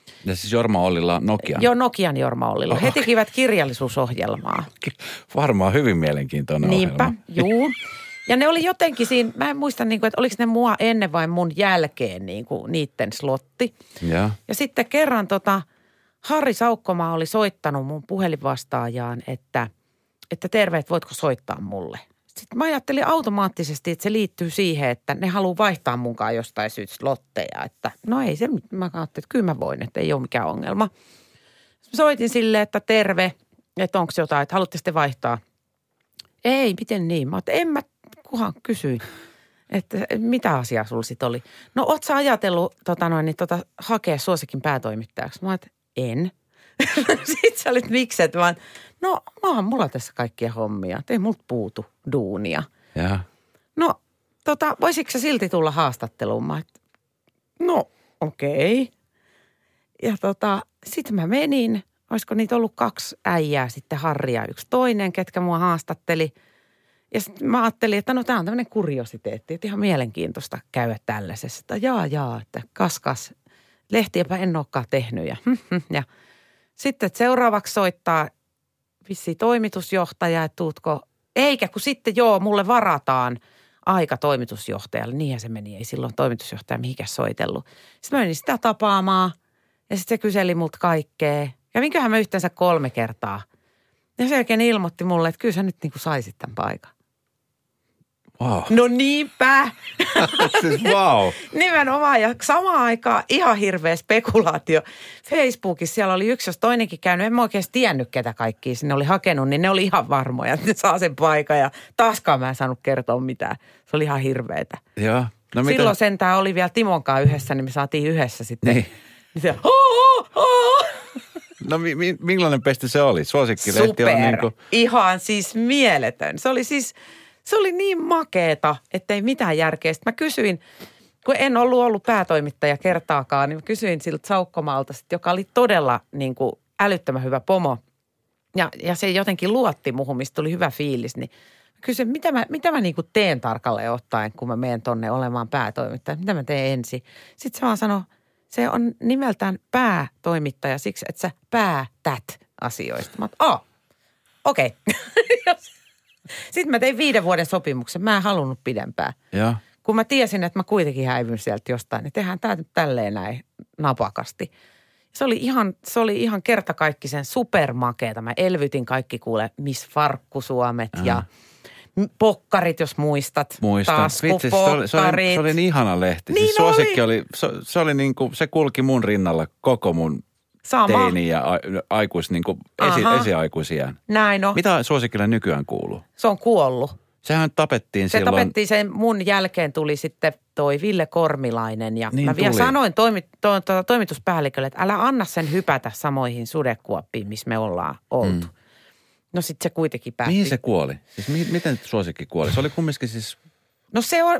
Ja siis Jorma Ollilla Nokian. Joo, Nokian Jorma Ollilla. He tekivät kirjallisuusohjelmaa. Varmaan hyvin mielenkiintoinen Niinpä, ohjelma. juu. Ja ne oli jotenkin siinä, mä en muista, että oliko ne mua ennen vai mun jälkeen niitten slotti. Ja sitten kerran Harri Saukkomaa oli soittanut mun puhelinvastaajaan, että terve, että voitko soittaa mulle. Sitten mä ajattelin automaattisesti, että se liittyy siihen, että ne haluaa vaihtaa munkaan jostain syystä slotteja. Että no ei se, mä ajattelin, että kyllä mä voin, että ei ole mikään ongelma. Soitin silleen, että terve, että onko jotain, että haluatte sitten vaihtaa. Ei, miten niin? Mä ajattelin, en mä, kunhan kysyin, että mitä asiaa sulla sitten oli. No oot sä ajatellut hakea Suosikin päätoimittajaksi? Mä ajattelin, en. Sitten sä olit mikset vaan, no onhan mulla tässä kaikkia hommia, ei multa puutu duunia. Ja. No voisitko sä silti tulla haastatteluun? Mä no okei. Ja sitten mä menin, olisiko niitä ollut 2 äijää sitten Harri ja yksi toinen, ketkä mua haastatteli. Ja sitten mä ajattelin, että no tää on tämmöinen kuriositeetti, että ihan mielenkiintoista käydä tällaisessa. Että jaa, että kas, lehtiäpä en olekaan tehnyt ja sitten seuraavaksi soittaa vissiin toimitusjohtaja, että tuutko, eikä kun sitten mulle varataan aika toimitusjohtajalle. Niinhän se meni, ei silloin toimitusjohtaja mihinkään soitellut. Sitten mä menin sitä tapaamaan ja sitten se kyseli multa kaikkea. Kävinköhän mä yhteensä 3 kertaa. Ja sen jälkeen ilmoitti mulle, että kyllä sä nyt saisit tämän paikan. Wow. No niinpä. Siis wow. Nimenomaan ja samaan aikaan ihan hirveä spekulaatio. Facebookissa siellä oli yksi, jos toinenkin käynyt. En mä oikeasti tiennyt, ketä kaikkia sinne oli hakenut, niin ne oli ihan varmoja, että ne saa sen paikan. Ja taaskaan mä en saanut kertoa mitään. Se oli ihan hirveetä. Joo. No silloin sentään oli vielä Timonkaan yhdessä, niin me saatiin yhdessä sitten. Niin. Se, No millainen pesti se oli? Suosikkilehti super. On niin kuin... Ihan siis mieletön. Se oli niin makeeta, ettei mitään järkeä. Sitten mä kysyin, kun en ollut päätoimittaja kertaakaan, niin mä kysyin siltä Saukkomaalta, joka oli todella niin kuin älyttömän hyvä pomo. Ja se jotenkin luotti muhun, mistä tuli hyvä fiilis. Niin mä kysyin, mitä mä niin kuin teen tarkalleen ottaen, kun mä menen tonne olemaan päätoimittaja. Mitä mä teen ensin? Sitten se vaan sanoi, se on nimeltään päätoimittaja siksi, että sä päätät asioista. Mä oon, okei. Sitten mä tein 5 vuoden sopimuksen. Mä en halunnut pidempään. Ja. Kun mä tiesin, että mä kuitenkin häivyn sieltä jostain, niin tehdään tää nyt tälleen näin napakasti. Se oli ihan kertakaikkisen supermakeeta. Mä elvytin kaikki Miss Farkkusuomet ja pokkarit, jos muistat. Muistan. Vitsi, se oli niin ihana lehti. Niin siis Suosikki oli, se oli niin kuin, se kulki mun rinnalla koko mun teini ja aikuis, niin kuin esiaikuisiän. Näin on. Mitä Suosikille nykyään kuuluu? Se on kuollut. Sehän tapettiin silloin. Se tapettiin, sen mun jälkeen tuli sitten toi Ville Kormilainen ja niin mä vielä tuli. sanoin toimituspäällikölle, että älä anna sen hypätä samoihin sudekuoppiin, missä me ollaan oltu. No sitten se kuitenkin päätti. Mihin se kuoli? Siis miten Suosikki kuoli? Se oli kumminkin siis... No se on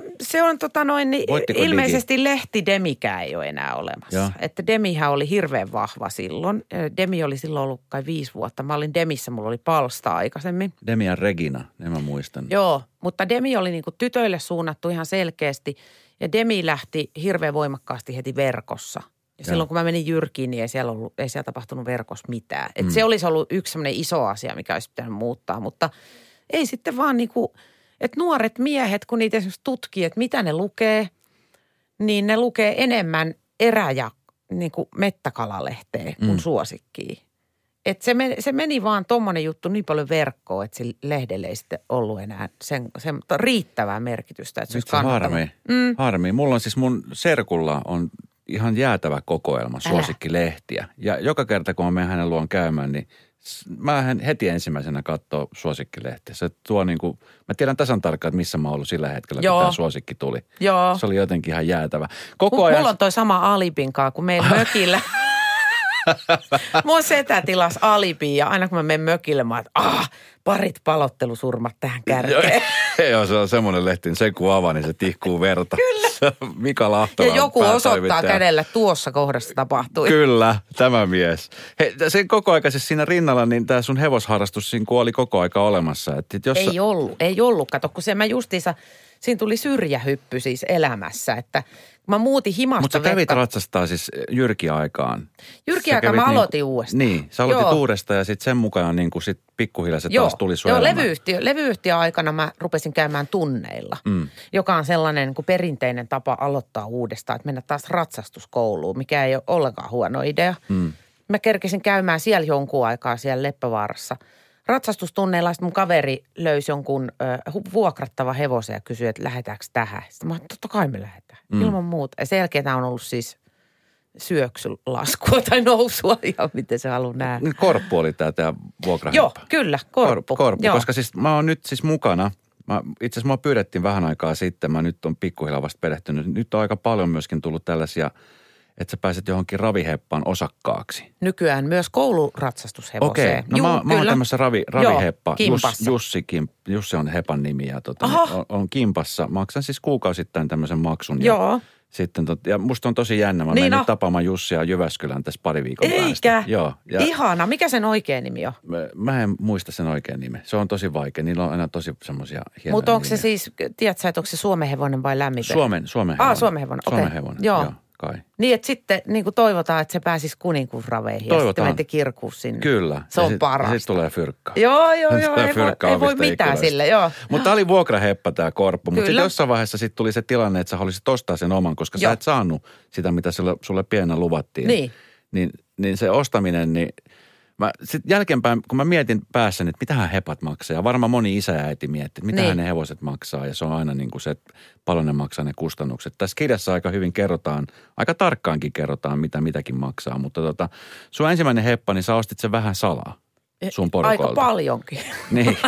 ilmeisesti lehti Demikään ei ole enää olemassa. Ja. Että Demihän oli hirveän vahva silloin. Demi oli silloin ollut kai 5 vuotta. Mä olin Demissä, mulla oli palsta aikaisemmin. Demi ja Regina, ne mä muistan. Joo, mutta Demi oli niinku tytöille suunnattu ihan selkeästi. Ja Demi lähti hirveän voimakkaasti heti verkossa. Ja silloin kun mä menin Jyrkiin, niin ei siellä tapahtunut verkossa mitään. Että se olisi ollut yksi semmoinen iso asia, mikä olisi pitänyt muuttaa. Mutta ei sitten vaan niinku... Että nuoret miehet, kun niitä esimerkiksi tutkii, että mitä ne lukee, niin ne lukee enemmän erä- ja niin kuin mettäkalalehteä kuin Suosikkia. Että se meni vaan tommonen juttu niin paljon verkkoon, että sillä lehdelle ei sitten ollut enää sen riittävää merkitystä. Että nyt se harmi. Mulla on siis mun serkulla on ihan jäätävä kokoelma Suosikkilehtiä. Ja joka kerta, kun mä menen hänen luon käymään, niin mä heti ensimmäisenä katsoo Suosikkilehtiä. Se tuo niinku, mä tiedän tasan tarkkaan, että missä mä oon ollut sillä hetkellä, kun tämä Suosikki tuli. Joo. Se oli jotenkin ihan jäätävä. Mulla on toi sama Alibinkaan kuin meillä mökillä. Mun setä tilasi Alibin ja aina kun mä menen mökille, mä oon, parit palottelusurmat tähän kärkeen. Joo, se on semmoinen lehti, sen kun avaa, niin se tihkuu verta. Kyllä. Mika Lahtola. Ja joku osoittaa kädellä, tuossa kohdassa tapahtui. Kyllä, tämä mies. Hei, sen koko aika siis siinä rinnalla, niin tämä sun hevosharrastus siinä oli koko aika olemassa. Ei ollut. Kato, kun mä justiinsa, siinä tuli syrjähyppy siis elämässä, että mä muutin himasta. Mutta sä kävit ratsastaa siis Jyrki-aikaan. Jyrki-aikaan mä aloitin uudestaan. Niin, sä aloitit uudestaan ja sitten sen mukaan niin kuin sit pikkuhiljaa se taas tuli sun elämään. Levyyhtiön aikana mä rupesin käymään tunneilla, joka on sellainen niin kuin perinteinen tapa aloittaa uudestaan, että mennä taas ratsastuskouluun, mikä ei ole ollenkaan huono idea. Mä kerkesin käymään siellä jonkun aikaa siellä Leppävaarassa ratsastustunneilla. Sitten mun kaveri löysi jonkun vuokrattava hevosen ja kysyi, että lähdetäänkö tähän. Sitten mä sanoin, totta kai me lähdetään, ilman muuta. Ja sen jälkeen tämä on ollut siis syöksylaskua tai nousua, ihan miten se haluaa nähdä. Korppu oli tämä vuokraheppa. Joo, kyllä, korppu. Korppu, koska siis mä oon nyt siis mukana. Itse asiassa mua pyydettiin vähän aikaa sitten, mä nyt on pikkuhiljaa vasta perehtynyt. Nyt on aika paljon myöskin tullut tällaisia, että sä pääset johonkin raviheppaan osakkaaksi. Nykyään myös kouluratsastushevoseen. Okei, no mä oon tämmössä raviheppa. Jussi on hepan nimi ja on kimpassa. Maksan siis kuukausittain tämmöisen maksun. Joo. Sitten ja musta on tosi jännä. Mä menen nyt tapaamaan Jussia Jyväskylään tässä pari viikon päästä. Eikä? Joo. Ihana. Mikä sen oikea nimi on? Mä en muista sen oikean nimen. Se on tosi vaikea. Niillä on aina tosi semmoisia hienoja Mutta onko nimiä. se siis, tiedätkö, että onko se Suomenhevonen vai lämmipeli? Suomenhevonen. Suomenhevonen, okei. Suomenhevonen, joo. Kai. Niin, että sitten niin kuin toivotaan, että se pääsisi kuninkuusraveihin. Toivotaan. Ja sitten menette kirkkuun sinne. Kyllä. Se on parasta. Ja sitten tulee fyrkkaa. Joo. Ei voi mitään sille, joo. Mutta tämä oli vuokraheppa tämä korppu. Mutta sitten jossain vaiheessa sitten tuli se tilanne, että sä haluaisit ostaa sen oman, koska sä et saanut sitä, mitä sulle pienenä luvattiin. Niin se ostaminen, niin sitten jälkeenpäin, kun mä mietin päässäni, että mitähän hepat maksaa. Ja varmaan moni isä ja äiti miettii, että mitähän ne hevoset maksaa. Ja se on aina niin kuin se, että paljon ne maksaa ne kustannukset. Tässä kirjassa aika hyvin kerrotaan, aika tarkkaankin kerrotaan, mitä mitäkin maksaa. Mutta sun ensimmäinen heppa, niin sä ostit sen vähän salaa sun porukolta. Aika paljonkin. Niin.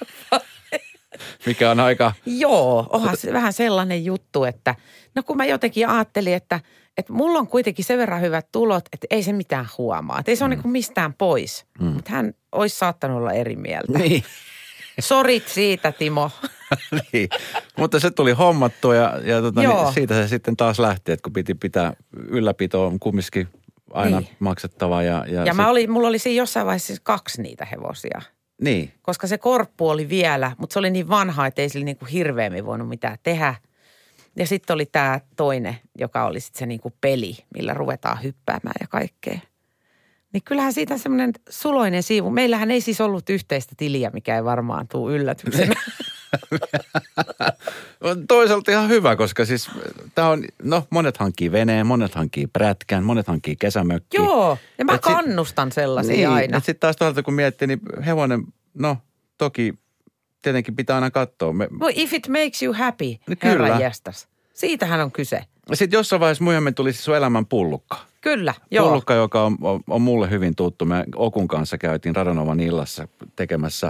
Mikä on aika... Joo, onhan se vähän sellainen juttu, että no kun mä jotenkin ajattelin, että mulla on kuitenkin sen verran hyvät tulot, että ei se mitään huomaa. Että ei se ole niin kuin mistään pois. Mutta hän olisi saattanut olla eri mieltä. Niin. Sorit siitä, Timo. Niin, mutta se tuli hommattua ja niin siitä se sitten taas lähti, että kun piti pitää ylläpitoa kumminkin aina maksettava. Ja mulla oli siinä jossain vaiheessa siis 2 niitä hevosia. Niin. Koska se korppu oli vielä, mutta se oli niin vanha, että ei sillä niin kuin hirveämmin voinut mitään tehdä. Ja sitten oli tämä toinen, joka oli sitten se niin kuin peli, millä ruvetaan hyppäämään ja kaikkea. Niin kyllähän siitä semmoinen suloinen siivu. Meillähän ei siis ollut yhteistä tiliä, mikä ei varmaan tule yllätyksenä. Toisaalta ihan hyvä, koska siis tämä on, monet hankkii veneen, monet hankkii prätkän, monet hankkii kesämökkiä. Joo, ja mä kannustan sellaisia aina. Sitten taas toisaalta kun miettii, niin hevonen, toki tietenkin pitää aina katsoa. If it makes you happy, herran jästäs. Siitähän on kyse. Sitten jossain vaiheessa muihammin tuli siis sun elämän pullukka. Kyllä, joo. Pullukka, joka on mulle hyvin tuttu. Me Okun kanssa käytiin Radanovan illassa tekemässä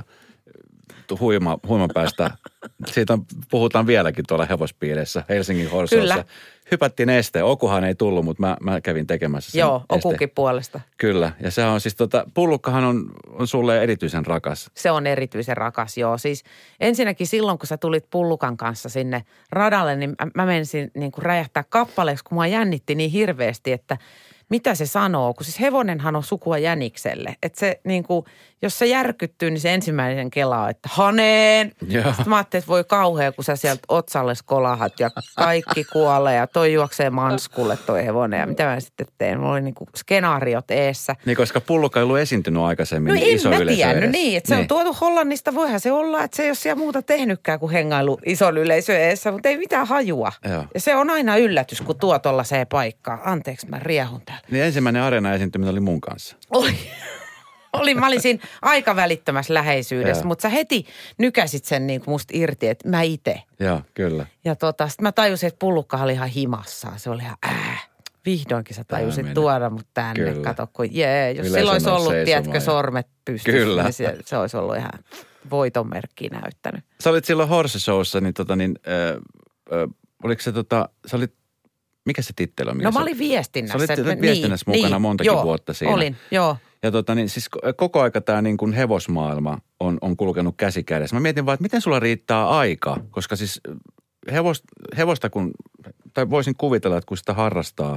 huimapäästä. Siitä puhutaan vieläkin tuolla hevospiireissä Helsingin Horsoissa. Kyllä. Hypättiin esteen. Okuhan ei tullut, mutta mä kävin tekemässä sen Okunkin puolesta. Kyllä. Ja se on siis pullukkahan on sulle erityisen rakas. Se on erityisen rakas, joo. Siis ensinnäkin silloin, kun sä tulit pullukan kanssa sinne radalle, niin mä menisin niin kuin räjähtää kappaleeksi, kun mua jännitti niin hirveästi, että mitä se sanoo, kun siis hevonenhan on sukua jänikselle. Että se niin kuin, jos se järkyttyy, niin se ensimmäinen kela on, että haneen. Sitten mä ajattelin, että voi kauhea, kun sä sieltä otsalle kolahat ja kaikki kuolee ja toi juoksee manskulle toi hevonen. Ja mitä mä sitten tein? Mulla oli niin kuin skenaariot eessä. Niin, koska pullukka ei ollut esiintynyt aikaisemmin iso yleisö edessä. No niin, että se on tuotu Hollannista. Voihan se olla, että se ei ole siellä muuta tehnytkään kuin hengailu ison yleisön eessä, mutta ei mitään hajua. Joo. Ja se on aina yllätys, kun tuo tollaiseen paikkaan. Anteeksi, mä riehun täällä. Niin ensimmäinen areena-esiintyminen oli mun kanssa. Mä olin siinä aika välittömässä läheisyydessä, mutta sä heti nykäsit sen niin kuin musta irti, että mä itse. Joo, kyllä. Ja sitten mä tajusin, että pullukka oli ihan himassaan. Se oli ihan vihdoinkin sä tajusit tuoda mut tänne. Kyllä. Kato, kun jos silloin olisi ollut, tiedätkö, sormet pystyssä, kyllä, niin se olisi ollut ihan voiton merkkiä näyttänyt. Sä olit silloin Horse Showssa, niin oliko se sä olit, mikä se titteli on? No mä olin viestinnässä. Sä olit viestinnässä mukana montakin vuotta siinä. Olin, joo. Ja siis koko aika tämä niin kuin hevosmaailma on kulkenut käsi kädessä. Mä mietin vaan, että miten sulla riittää aika, koska siis hevosta tai voisin kuvitella, että kun sitä harrastaa,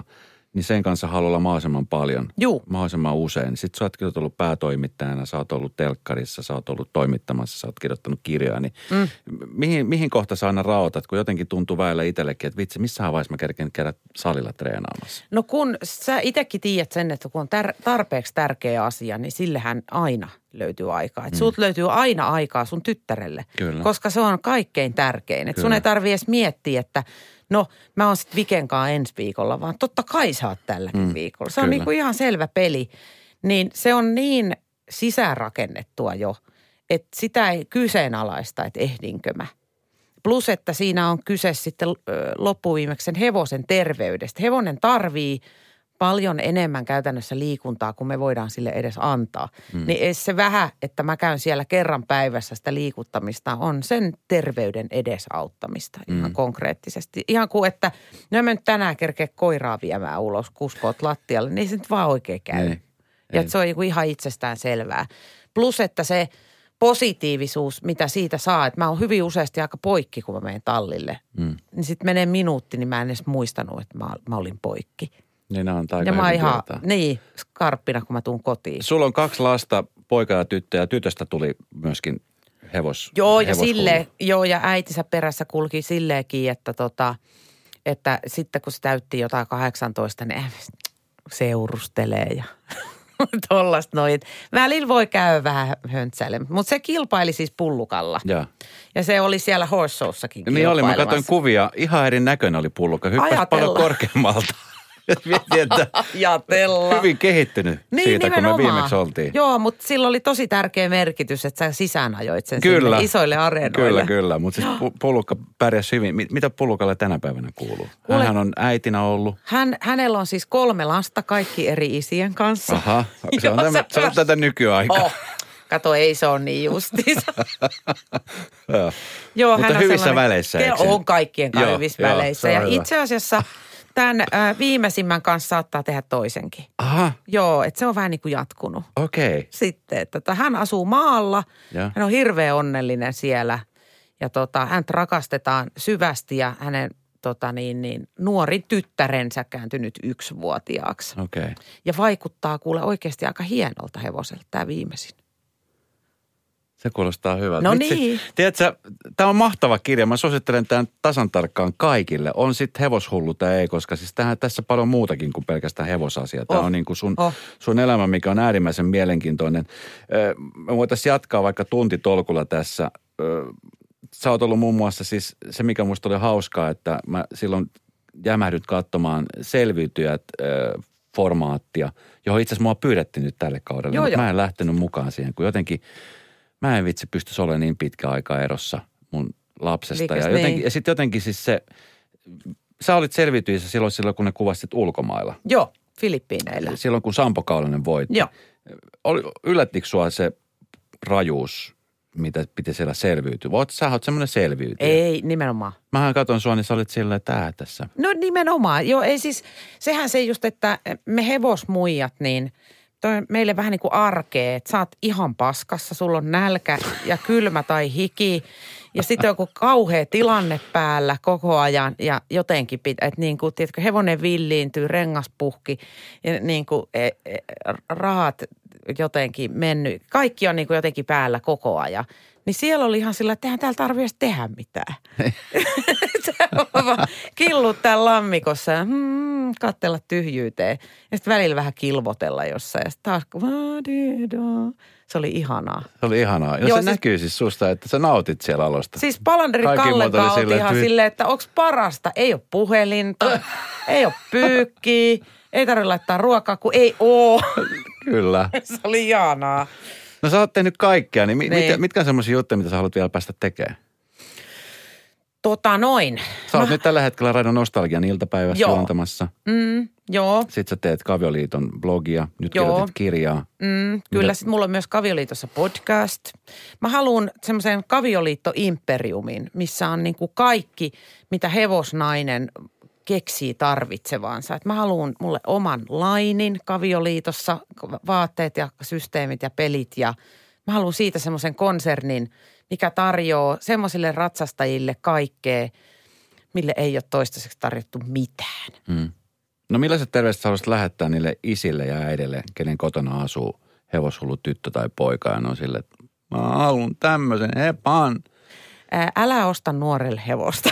niin sen kanssa haluaa olla mahdollisimman paljon. Juu. Mahdollisimman usein. Sitten sä oot ollut päätoimittajana, sä oot ollut telkkarissa, sä oot ollut toimittamassa, sä oot kirjoittanut kirjoja. Niin mihin kohta sä aina raotat, kun jotenkin tuntuu väillä itsellekin, että vitsi, missähän vaiheessa mä kerken käydä salilla treenaamassa? No kun sä itsekin tiedät sen, että kun on tarpeeksi tärkeä asia, niin sillehän aina löytyy aikaa. Että sulta löytyy aina aikaa sun tyttärelle. Kyllä. Koska se on kaikkein tärkein. Että sun ei tarvitse edes miettiä, että no mä oon sitten Vikenkaan ensi viikolla, vaan totta kai sä oot tälläkin viikolla. Se on niinku ihan selvä peli. Niin se on niin sisäänrakennettua jo, että sitä ei kyseenalaista, että ehdinkö mä. Plus, että siinä on kyse sitten loppuviimeksi sen hevosen terveydestä. Hevonen tarvii paljon enemmän käytännössä liikuntaa, kuin me voidaan sille edes antaa. Niin se vähän, että mä käyn siellä kerran päivässä sitä liikuttamista, on sen terveyden edesauttamista ihan konkreettisesti. Ihan kuin, että no mä nyt tänään kerkeä koiraa viemään ulos kuskoot lattialle, niin se nyt vaan oikein käy. Ja se on ihan itsestään selvää. Plus, että se positiivisuus, mitä siitä saa, että mä oon hyvin useasti aika poikki, kun mä menen tallille. Niin sitten menee minuutti, niin mä en edes muistanut, että mä olin poikki. Niin nämä on aika ja mä oon ihan, työtä. niin, skarppina, kun mä tuun kotiin. Sulla on 2 lasta, poika ja tyttö, ja tytöstä tuli myöskin Joo, ja ja äitinsä perässä kulki silleenkin, että sitten kun se täytti jotain 18, niin seurustelee ja tollaista noin. Välillä voi käydä vähän höntsäilemään, mutta se kilpaili siis pullukalla. Ja se oli siellä Horse Showssakin niin oli, mä katsoin kuvia, ihan eri näköinen oli pullukka, hyppäsi paljon korkeammalta. Mietin, että hyvin kehittynyt siitä, kun me viimeksi oltiin. Joo, mutta sillä oli tosi tärkeä merkitys, että sä sisäänajoit sen sinne isoille areenoille. Kyllä. Mutta siis pullukka pärjäsi hyvin. Mitä pullukalle tänä päivänä kuuluu? Hänhän on äitinä ollut. Hänellä on siis 3 lasta, kaikki eri isien kanssa. Aha, se on tätä nykyaikaa. Oh. Kato, ei se ole niin justiinsa. Joo, mutta hyvissä väleissä, eikö? On kaikkien hyvissä väleissä. Ja itse asiassa tämän viimeisimmän kanssa saattaa tehdä toisenkin. Aha. Joo, että se on vähän niin kuin jatkunut. Okei. Sitten, että hän asuu maalla, hän on hirveän onnellinen siellä ja häntä rakastetaan syvästi ja hänen nuori tyttärensä kääntynyt 1-vuotiaaksi. Okei. Ja vaikuttaa kuule oikeasti aika hienolta hevoselta tämä viimeisin. Se kuulostaa hyvältä. No niin. Tiedätkö, tämä on mahtava kirja. Mä suosittelen tämän tasan tarkkaan kaikille. On sitten hevoshullu tai ei, koska siis tässä paljon muutakin kuin pelkästään hevosasia. Tämä on niin kuin sun elämä, mikä on äärimmäisen mielenkiintoinen. Me voitaisiin jatkaa vaikka tuntitolkulla tässä. Sä oot ollut muun muassa siis se, mikä musta oli hauskaa, että mä silloin jämähdyt katsomaan Selviytyjät formaattia, johon itse asiassa mua pyydettiin nyt tälle kaudelle. Mutta mä en lähtenyt mukaan siihen, kun jotenkin mä en vitsi pystyisi olemaan niin pitkä aika erossa mun lapsesta. Ja sitten jotenkin siis sä olit Selviytyissä silloin, kun ne kuvasit ulkomailla. Joo, Filippiineillä. Silloin, kun Sampo Kaulainen voitti. Joo. Yllättikö sua se rajuus, mitä piti siellä selviytyä? Sä oot semmoinen selviytyjä. Ei, nimenomaan. Mähän katson sua, niin sä olit sillä tässä. No nimenomaan. Joo, ei siis, sehän se just, että me hevosmuijat, niin meille vähän niin kuin arkea, että sä oot ihan paskassa, sulla on nälkä ja kylmä tai hiki ja sitten on joku kauhea tilanne päällä koko ajan ja jotenkin että niin kuin, tiedätkö, hevonen villiintyy, rengas puhki ja niin kuin rahat jotenkin mennyt. Kaikki on niin kuin jotenkin päällä koko ajan. Niin siellä oli ihan sillä, että eihän täällä tarvitse tehdä mitään. Se on vaan killut täällä lammikossa ja katsella tyhjyyteen. Ja sitten välillä vähän kilvotella jossain. Ja sitten taas, se oli ihanaa. Se oli ihanaa. Ja se näkyy siis susta, että sä nautit siellä alosta. Siis Palanderin Kallen kautta ihan silleen, että onks parasta? Ei ole puhelinta, ei ole pyykkiä, ei tarvitse laittaa ruokaa, kun ei oo. Kyllä. Se oli ihanaa. No sä oot tehnyt kaikkea, niin mitkä on semmoisia juttuja, mitä sä haluat vielä päästä tekemään? Sä oot nyt tällä hetkellä Radio Nostalgian iltapäivässä juontamassa. Joo. Sitten sä teet Kavioliiton blogia, nyt kirjoitit kirjaa. Kyllä, sitten mulla on myös Kavioliitossa podcast. Mä haluan semmoisen Kavioliitto-imperiumin, missä on niin kuin kaikki, mitä hevosnainen keksii tarvitsevansa. Et mä haluan mulle oman lainin Kavioliitossa, vaatteet ja systeemit ja pelit ja mä haluan siitä semmoisen konsernin, mikä tarjoaa semmoisille ratsastajille kaikkea, mille ei ole toistaiseksi tarjottu mitään. No millaiset terveiset haluaisit lähettää niille isille ja äidille, kenen kotona asuu hevoshullu tyttö tai poika ja ne on silleen, että mä haluan tämmöisen hepan. Älä osta nuorelle hevosta.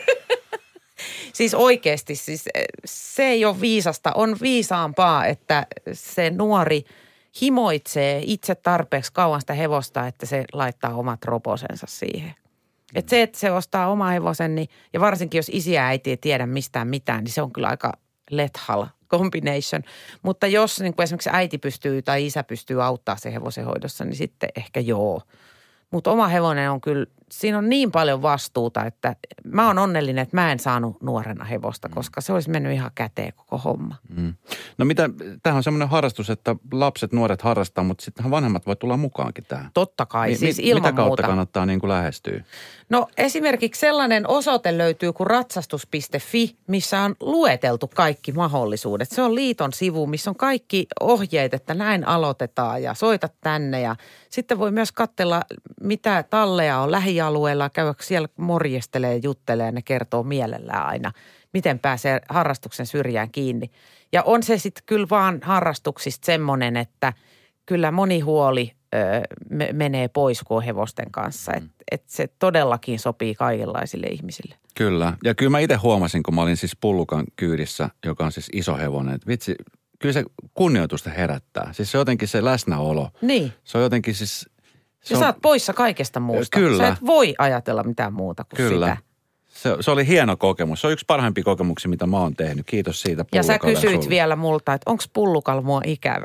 Siis oikeasti, siis se ei ole viisasta. On viisaampaa, että se nuori himoitsee itse tarpeeksi kauan sitä hevosta, että se laittaa omat roposensa siihen. Että se, että se ostaa oma hevosen, niin, ja varsinkin jos isi ja äiti ei tiedä mistään mitään, niin se on kyllä aika lethal combination. Mutta jos niin kuin esimerkiksi äiti pystyy tai isä pystyy auttaa se hevosen hoidossa, niin sitten ehkä joo. Mutta oma hevonen on kyllä, siinä on niin paljon vastuuta, että mä oon onnellinen, että mä en saanut nuorena hevosta, koska se olisi mennyt ihan käteen koko homma. Mm. No mitä, tämähän on semmoinen harrastus, että lapset, nuoret harrastaa, mutta sittenhän vanhemmat voi tulla mukaankin tähän. Totta kai, siis ilman mitä kautta muuta. kannattaa niin kuin lähestyä? No esimerkiksi sellainen osoite löytyy kuin ratsastus.fi, missä on lueteltu kaikki mahdollisuudet. Se on liiton sivu, missä on kaikki ohjeet, että näin aloitetaan ja soita tänne. Ja sitten voi myös katsella, mitä talleja on lähialueella, käydä siellä morjestelee, juttelee ja ne kertoo mielellään aina, miten pääsee harrastuksen syrjään kiinni. Ja on se sitten kyllä vaan harrastuksista semmoinen, että kyllä moni huoli menee pois kuin hevosten kanssa. Että se todellakin sopii kaikenlaisille ihmisille. Kyllä. Ja kyllä mä itse huomasin, kun mä olin siis Pullukan kyydissä, joka on siis iso hevonen. Että vitsi, kyllä se kunnioitusta herättää. Siis se jotenkin se läsnäolo. Niin. Se on jotenkin siis... Ja sä oot poissa kaikesta muusta. Kyllä. Sä et voi ajatella mitään muuta kuin kyllä. sitä. Se oli hieno kokemus. Se on yksi parhaimpia kokemuksia, mitä mä oon tehnyt. Kiitos siitä Pullukalla. Ja sä kysyit sulle vielä multa, että onko Pullukalla mua ikävä?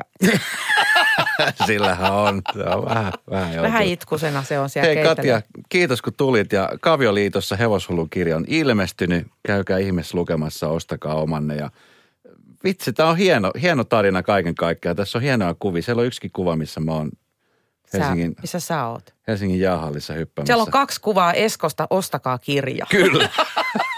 Sillähän on. Se on vähän itkusena se on siellä Hei keitellä. Katja, kiitos kun tulit. Ja Kavioliitossa Hevoshullun kirja on ilmestynyt. Käykää ihmeessä lukemassa, ostakaa omanne. Ja vitsi, tää on hieno tarina kaiken kaikkiaan. Tässä on hienoja kuvia. Siellä on yksikin kuva, missä mä oon missä sä oot? Helsingin jäähallissa hyppäämässä. Siellä on 2 kuvaa Eskosta, ostakaa kirja. Kyllä.